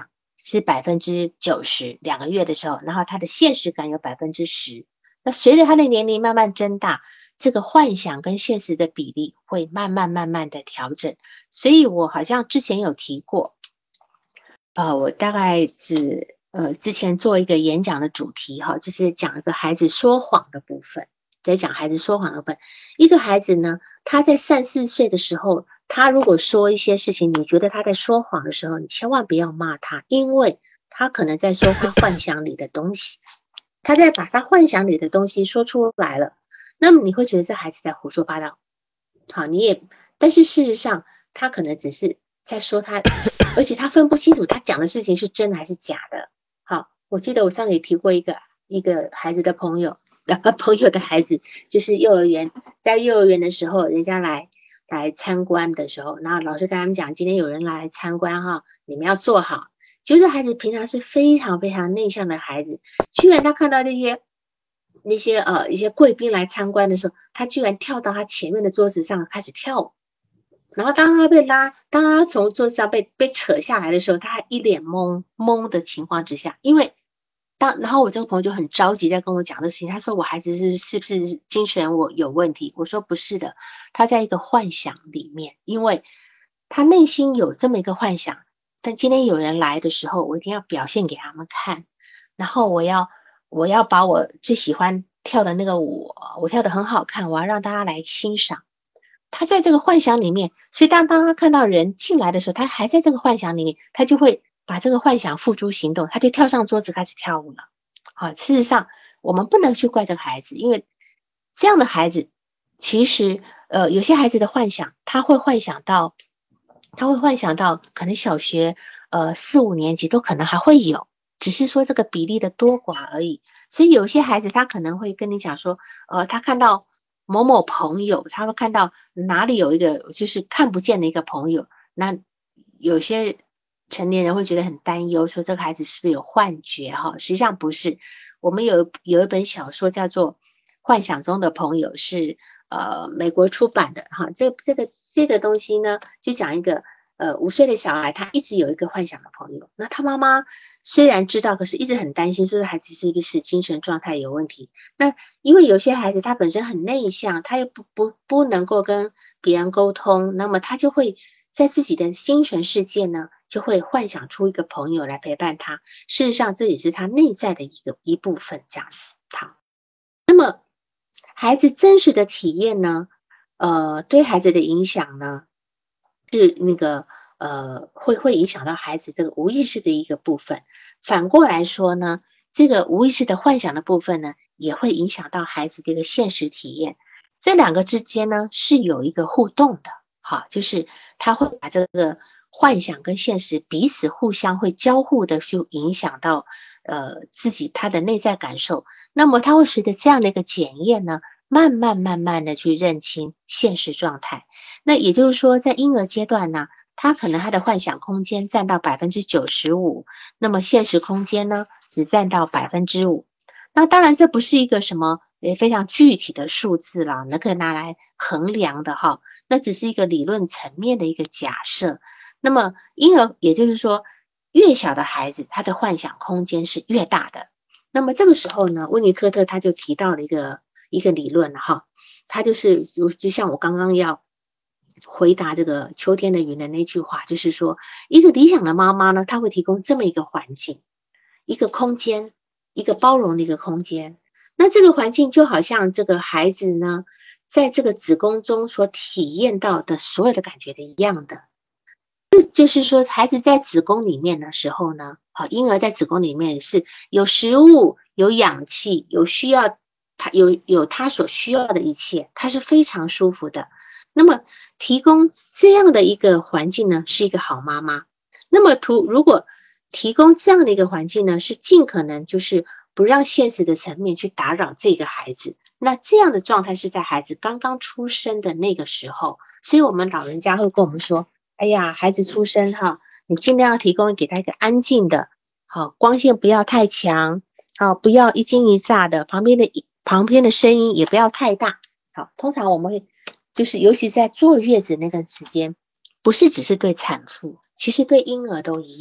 是百分之九十，两个月的时候，然后他的现实感有百分之十。那随着他的年龄慢慢增大，这个幻想跟现实的比例会慢慢慢慢的调整。所以我好像之前有提过，呃，我大概是呃之前做一个演讲的主题哈，就是讲一个孩子说谎的部分，在讲孩子说谎的部分。一个孩子呢，他在三四岁的时候，他如果说一些事情，你觉得他在说谎的时候，你千万不要骂他，因为他可能在说他幻想里的东西，他在把他幻想里的东西说出来了，那么你会觉得这孩子在胡说八道。好，你也，但是事实上他可能只是在说他，而且他分不清楚他讲的事情是真的还是假的。好，我记得我上次也提过一个一个孩子的朋友，朋友的孩子，就是幼儿园，在幼儿园的时候，人家来来参观的时候，然后老师跟他们讲，今天有人来参观哈，你们要坐好。结果这孩子平常是非常非常内向的孩子，居然他看到这些那些呃一些贵宾来参观的时候，他居然跳到他前面的桌子上开始跳舞。然后当他被拉，当他从桌子上被被扯下来的时候，他还一脸懵懵的情况之下，因为当然后我这个朋友就很着急在跟我讲这事情，他说我孩子是是不是精神我有问题？我说不是的，他在一个幻想里面，因为他内心有这么一个幻想，但今天有人来的时候，我一定要表现给他们看，然后我要我要把我最喜欢跳的那个舞，我跳得很好看，我要让大家来欣赏。他在这个幻想里面，所以当当他看到人进来的时候，他还在这个幻想里面，他就会把这个幻想付诸行动，他就跳上桌子开始跳舞了。好，事实上我们不能去怪这个孩子，因为这样的孩子其实呃有些孩子的幻想，他会幻想到他会幻想到可能小学呃四五年级都可能还会有，只是说这个比例的多寡而已。所以有些孩子他可能会跟你讲说，呃他看到某某朋友，他会看到哪里有一个就是看不见的一个朋友，那有些成年人会觉得很担忧，说这个孩子是不是有幻觉哈？实际上不是，我们有有一本小说叫做《幻想中的朋友》，是呃美国出版的哈。这这个这个东西呢，就讲一个呃五岁的小孩，他一直有一个幻想的朋友，那他妈妈虽然知道，可是一直很担心，说这孩子是不是精神状态有问题。那因为有些孩子他本身很内向，他又不不不能够跟别人沟通，那么他就会在自己的精神世界呢，就会幻想出一个朋友来陪伴他。事实上，这也是他内在的一个一部分，这样子。好，那么孩子真实的体验呢，呃，对孩子的影响呢，是那个呃，会会影响到孩子这个无意识的一个部分。反过来说呢，这个无意识的幻想的部分呢，也会影响到孩子的一个现实体验。这两个之间呢，是有一个互动的。好，就是他会把这个幻想跟现实彼此互相会交互的去影响到呃自己他的内在感受。那么他会随着这样的一个检验呢，慢慢慢慢的去认清现实状态。那也就是说，在婴儿阶段呢，他可能他的幻想空间占到 百分之九十五， 那么现实空间呢只占到 百分之五。 那当然这不是一个什么非常具体的数字啦，能够拿来衡量的哈，那只是一个理论层面的一个假设。那么婴儿也就是说，越小的孩子他的幻想空间是越大的。那么这个时候呢，温尼科特他就提到了一个一个理论了哈，他就是就像我刚刚要回答这个秋天的云的那句话，就是说一个理想的妈妈呢，她会提供这么一个环境，一个空间，一个包容的一个空间。那这个环境就好像这个孩子呢，在这个子宫中所体验到的所有的感觉的一样的。就是说孩子在子宫里面的时候呢，好，婴儿在子宫里面是有食物，有氧气，有需要他有有他所需要的一切，他是非常舒服的。那么提供这样的一个环境呢，是一个好妈妈。那么图如果提供这样的一个环境呢，是尽可能就是不让现实的层面去打扰这个孩子，那这样的状态是在孩子刚刚出生的那个时候。所以我们老人家会跟我们说，哎呀，孩子出生哈，你尽量要提供给他一个安静的，好，光线不要太强，好，不要一惊一乍的，旁边的旁边的声音也不要太大。好，通常我们会就是尤其在坐月子那段时间，不是只是对产妇，其实对婴儿都一样，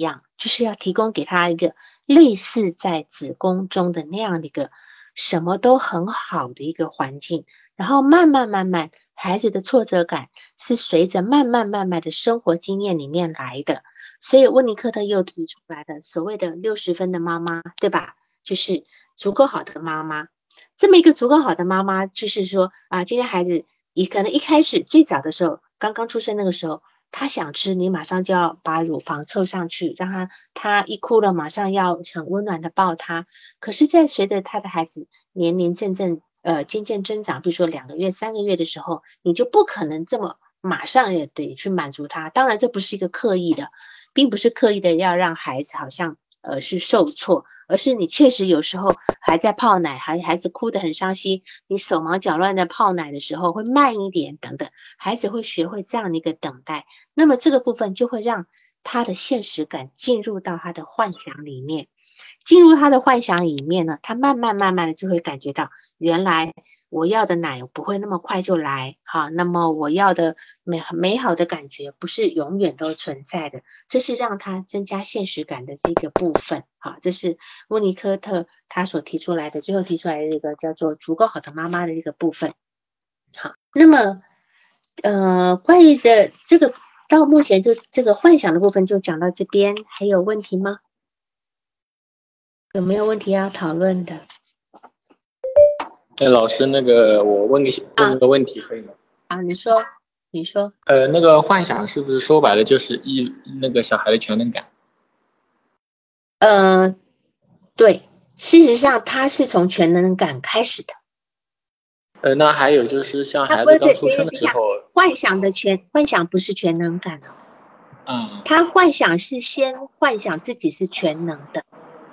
就是要提供给他一个类似在子宫中的那样的一个什么都很好的一个环境，然后慢慢慢慢孩子的挫折感是随着慢慢慢慢的生活经验里面来的。所以温尼科特又提出来的所谓的六十分的妈妈，对吧？就是足够好的妈妈。这么一个足够好的妈妈，就是说啊，今天孩子你可能一开始最早的时候刚刚出生那个时候，他想吃，你马上就要把乳房凑上去，让他他一哭了马上要很温暖的抱他。可是在随着他的孩子年龄渐渐呃渐渐增长，比如说两个月三个月的时候，你就不可能这么马上也得去满足他。当然这不是一个刻意的，并不是刻意的要让孩子好像呃是受挫，而是你确实有时候还在泡奶，孩孩子哭得很伤心，你手忙脚乱的泡奶的时候会慢一点等等，孩子会学会这样的一个等待。那么这个部分就会让他的现实感进入到他的幻想里面，进入他的幻想里面呢，他慢慢慢慢的就会感觉到，原来我要的奶不会那么快就来，好，那么我要的美美好的感觉不是永远都存在的，这是让他增加现实感的这个部分。好，这是温尼科特他所提出来的，最后提出来的这个叫做足够好的妈妈的这个部分。好，那么呃，关于这这个到目前就这个幻想的部分就讲到这边，还有问题吗？有没有问题要讨论的？ 哎，老师，那个我问个问个问题可以吗？ 啊，你说，你说。 呃，那个幻想是不是说白了就是一那个小孩的全能感？ 呃，对，事实上他是从全能感开始的。 呃，那还有就是像孩子刚出生的时候， 幻想的全幻想不是全能感哦。 嗯， 他幻想是先幻想自己是全能的。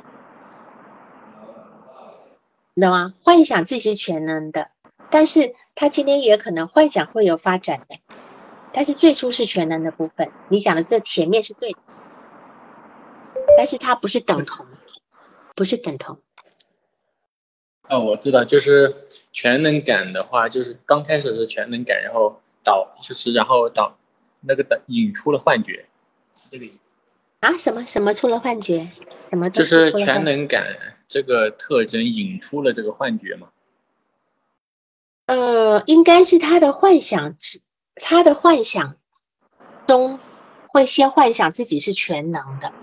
你知道吗？幻想自己是全能的，但是他今天也可能幻想会有发展的，但是最初是全能的部分。你讲的这前面是对的，但是它不是等同，不是等同。 哦，我知道，就是全能感的话，就是刚开始是全能感，然后导就是然后导那个导引出了幻觉，是这个意思。 啊？什么什么出了幻觉？什么都就是全能感这个特征引出了这个幻觉吗？ 呃，应该是他的幻想，他的幻想中会先幻想自己是全能的，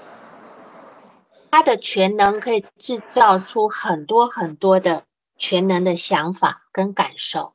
他的全能可以制造出很多很多的全能的想法跟感受。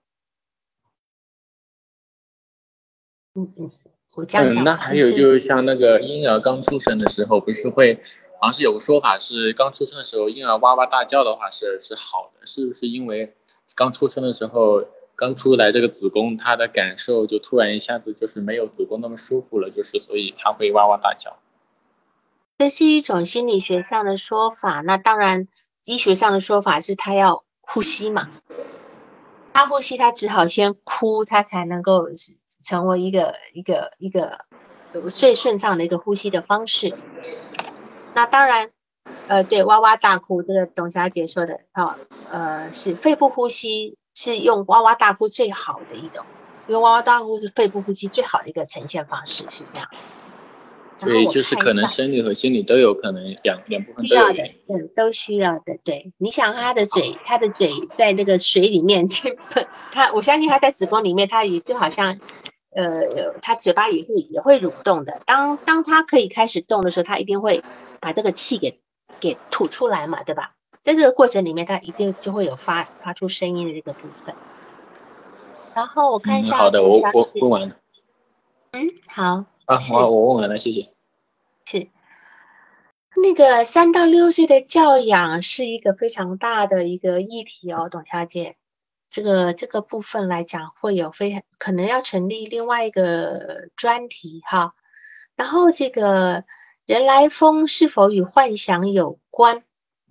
嗯嗯。我这样讲， 嗯，那还有就是像那个婴儿刚出生的时候，不是会，好像是有个说法是，刚出生的时候婴儿哇哇大叫的话是是好的，是不是因为刚出生的时候刚出来这个子宫，他的感受就突然一下子就是没有子宫那么舒服了，就是所以他会哇哇大叫。 这是一种心理学上的说法，那当然医学上的说法是他要呼吸嘛，他呼吸他只好先哭，他才能够成为一个一个一个最顺畅的一个呼吸的方式。那当然呃，对，哇哇大哭，这个董小姐说的哦，呃，是肺部呼吸是用哇哇大哭最好的一种，因为哇哇大哭是肺部呼吸最好的一个呈现方式，是这样。 所以就是可能生理和心理都有可能两两部分都有原因， 嗯，都需要的。对，你想他的嘴，他的嘴在那个水里面，他我相信他在子宫里面，他也就好像，呃，他嘴巴也会也会蠕动的。当当他可以开始动的时候，他一定会把这个气给给吐出来嘛，对吧？在这个过程里面，他一定就会有发发出声音的这个部分。然后我看一下， 嗯，好的，我我问完了。 嗯，好。 啊，我我问完了，谢谢。 是。那个三到六岁的教养是一个非常大的一个议题哦，董小姐，这个这个部分来讲会有非可能要成立另外一个专题哈。然后这个人来疯是否与幻想有关？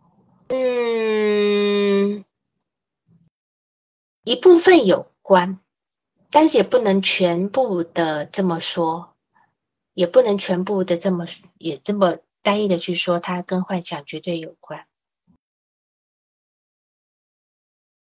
嗯，一部分有关，但是也不能全部的这么说，也不能全部的这么也这么单一的去说它跟幻想绝对有关。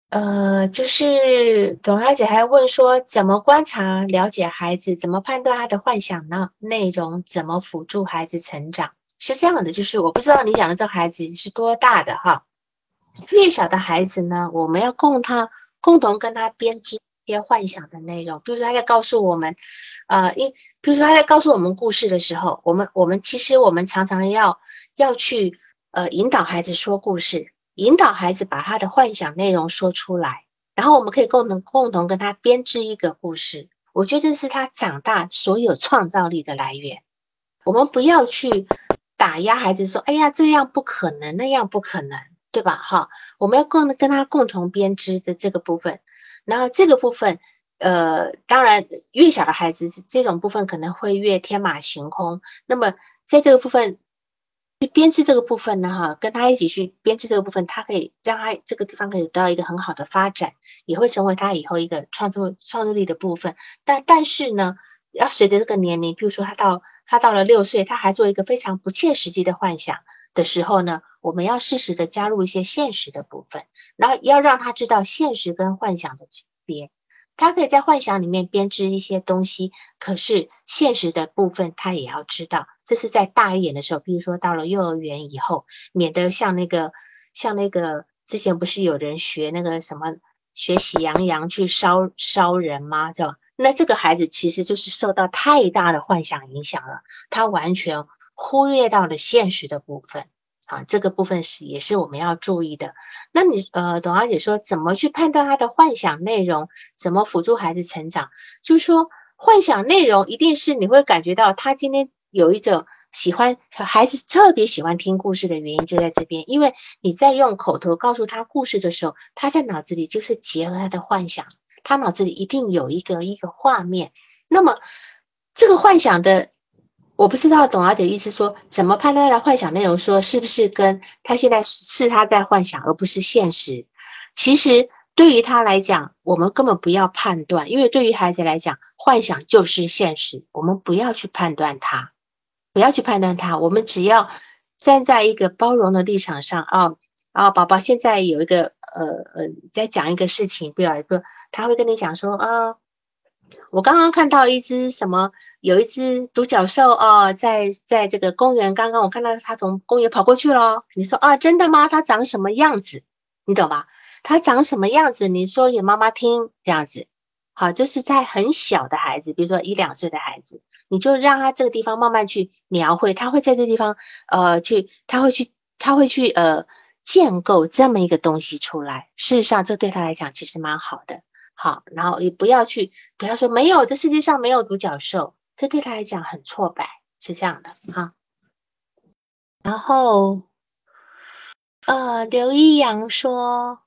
呃，就是董小姐还问说，怎么观察了解孩子，怎么判断他的幻想呢内容，怎么辅助孩子成长？是这样的，就是我不知道你讲的这个孩子是多大的哈。越小的孩子呢，我们要共他共同跟他编织一些幻想的内容，比如说他在告诉我们，呃，因比如说他在告诉我们故事的时候，我们我们其实我们常常要要去呃引导孩子说故事，引导孩子把他的幻想内容说出来，然后我们可以共同共同跟他编织一个故事。我觉得是他长大所有创造力的来源。我们不要去打压孩子说，哎呀，这样不可能，那样不可能。对吧？哈，我们要共跟他共同编织的这个部分，然后这个部分，呃，当然越小的孩子这种部分可能会越天马行空。那么在这个部分去编织这个部分呢，哈，跟他一起去编织这个部分，他可以让他这个地方可以得到一个很好的发展，也会成为他以后一个创作创作力的部分。但但是呢，要随着这个年龄，比如说他到他到了六岁，他还做一个非常不切实际的幻想的时候呢，我们要适时的加入一些现实的部分，然后要让他知道现实跟幻想的区别。他可以在幻想里面编织一些东西，可是现实的部分他也要知道。这是在大一点的时候，比如说到了幼儿园以后，免得像那个像那个之前不是有人学那个什么学喜羊羊去烧烧人吗？对吧？那这个孩子其实就是受到太大的幻想影响了，他完全忽略到了现实的部分啊，这个部分是也是我们要注意的。那你呃，董小姐说怎么去判断他的幻想内容，怎么辅助孩子成长？就是说幻想内容一定是你会感觉到他今天有一种喜欢孩子特别喜欢听故事的原因就在这边，因为你在用口头告诉他故事的时候，他在脑子里就是结合他的幻想，他脑子里一定有一个一个画面。那么这个幻想的，我不知道董小姐意思说怎么判断他的幻想内容，说是不是跟他现在是他在幻想而不是现实。其实对于他来讲，我们根本不要判断，因为对于孩子来讲，幻想就是现实，我们不要去判断他，不要去判断他，我们只要站在一个包容的立场上啊啊，宝宝现在有一个呃呃在讲一个事情，比如说他会跟你讲说啊，我刚刚看到一只什么，有一只独角兽哦，在在这个公园，刚刚我看到它从公园跑过去了。你说啊，真的吗？它长什么样子？你懂吧？它长什么样子？你说给妈妈听，这样子。好，就是在很小的孩子，比如说一两岁的孩子，你就让他这个地方慢慢去描绘，他会在这地方呃去，他会去，他会去呃建构这么一个东西出来。事实上，这对他来讲其实蛮好的。好，然后也不要去不要说没有，这世界上没有独角兽，这对他来讲很挫败，是这样的哈。然后呃，刘一阳说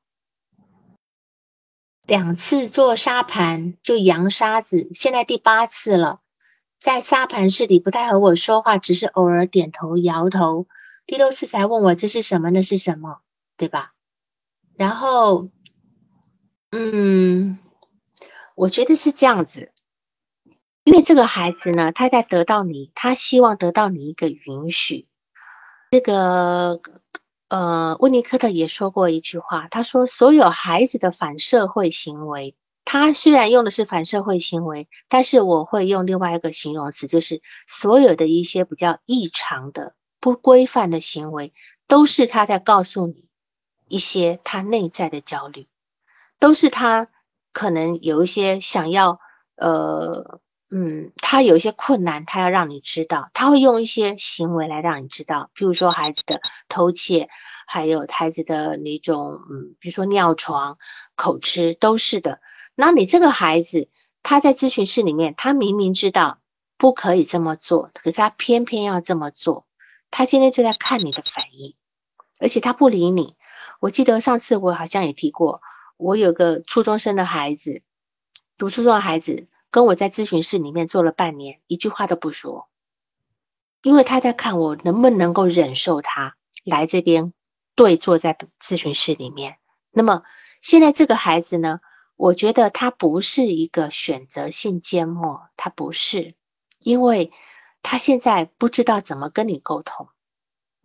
两次做沙盘就扬沙子，现在第八次了，在沙盘室里不太和我说话，只是偶尔点头摇头，第六次才问我这是什么，那是什么，对吧？然后嗯，我觉得是这样子，因为这个孩子呢，他在得到你，他希望得到你一个允许。这个呃，温尼科特也说过一句话，他说所有孩子的反社会行为，他虽然用的是反社会行为，但是我会用另外一个形容词，就是所有的一些比较异常的、不规范的行为，都是他在告诉你一些他内在的焦虑，都是他可能有一些想要呃嗯，他有一些困难，他要让你知道，他会用一些行为来让你知道，譬如说孩子的偷窃，还有孩子的那种嗯，比如说尿床、口吃，都是的。那你这个孩子，他在咨询室里面，他明明知道不可以这么做，可是他偏偏要这么做，他今天就在看你的反应，而且他不理你。我记得上次我好像也提过，我有个初中生的孩子，读初中的孩子跟我在咨询室里面做了半年，一句话都不说，因为他在看我能不能够忍受他来这边对坐在咨询室里面。那么现在这个孩子呢，我觉得他不是一个选择性缄默，他不是，因为他现在不知道怎么跟你沟通，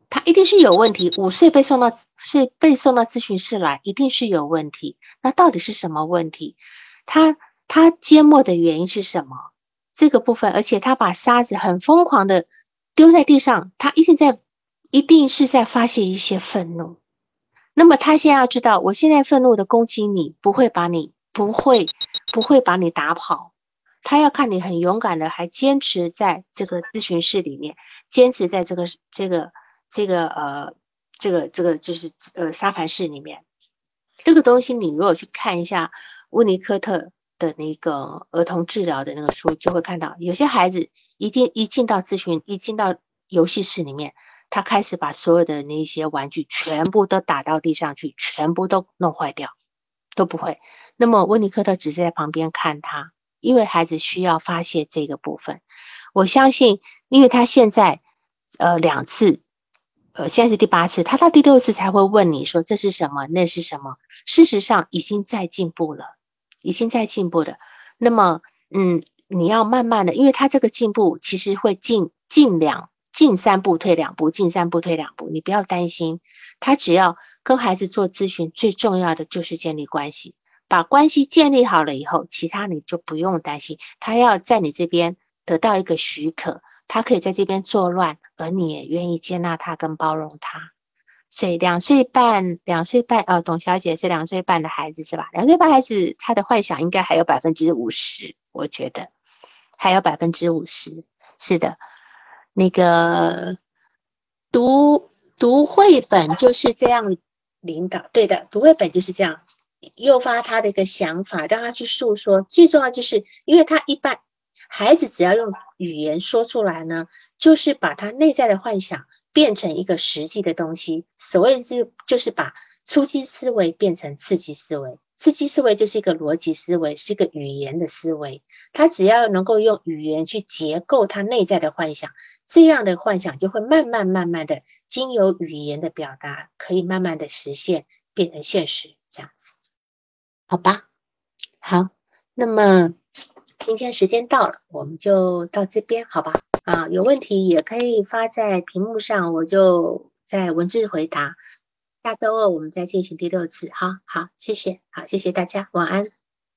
他一定是有问题，五岁被送到是被送到咨询室来，一定是有问题。那到底是什么问题？他他缄默的原因是什么？这个部分，而且他把沙子很疯狂的丢在地上，他一定在一定是在发泄一些愤怒。那么他现在要知道，我现在愤怒的攻击你，不会把你不会不会把你打跑。他要看你很勇敢的，还坚持在这个咨询室里面，坚持在这个这个这个呃这个这个就是呃沙盘室里面。这个东西你如果去看一下温尼科特的那个儿童治疗的那个书，就会看到有些孩子一定一进到咨询一进到游戏室里面，他开始把所有的那些玩具全部都打到地上去，全部都弄坏掉，都不会。那么温尼科特只是在旁边看他，因为孩子需要发泄这个部分。我相信因为他现在呃两次呃现在是第八次，他到第六次才会问你说这是什么那是什么，事实上已经在进步了，已经在进步了。那么嗯你要慢慢的，因为他这个进步其实会进进两进三步退两步，进三步退两步，你不要担心。他只要跟孩子做咨询，最重要的就是建立关系，把关系建立好了以后，其他你就不用担心。他要在你这边得到一个许可，他可以在这边作乱，而你也愿意接纳他跟包容他。所以两岁半两岁半呃，董小姐是两岁半的孩子是吧？两岁半孩子他的幻想应该还有百分之五十，我觉得还有百分之五十。是的，那个读读绘本就是这样领导，对的，读绘本就是这样诱发他的一个想法，让他去诉说。最重要就是因为他一般孩子只要用语言说出来呢，就是把他内在的幻想变成一个实际的东西。所谓是就是把初级思维变成次级思维，次级思维就是一个逻辑思维，是一个语言的思维。他只要能够用语言去结构他内在的幻想，这样的幻想就会慢慢慢慢的经由语言的表达，可以慢慢的实现变成现实，这样子好吧？好，那么今天时间到了，我们就到这边好吧？啊，有问题也可以发在屏幕上，我就在文字回答。下周二我们再进行第六次，好好，谢谢，好，谢谢大家，晚安。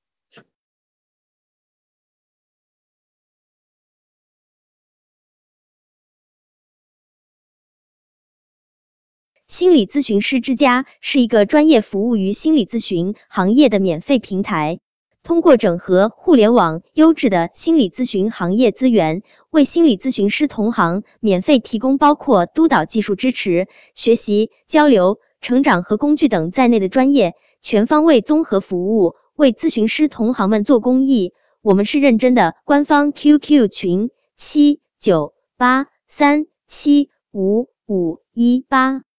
心理咨询师之家是一个专业服务于心理咨询行业的免费平台，通过整合互联网优质的心理咨询行业资源，为心理咨询师同行免费提供包括督导技术支持、学习、交流、成长和工具等在内的专业全方位综合服务，为咨询师同行们做公益。我们是认真的，官方 Q Q 群七九八三七五五一八。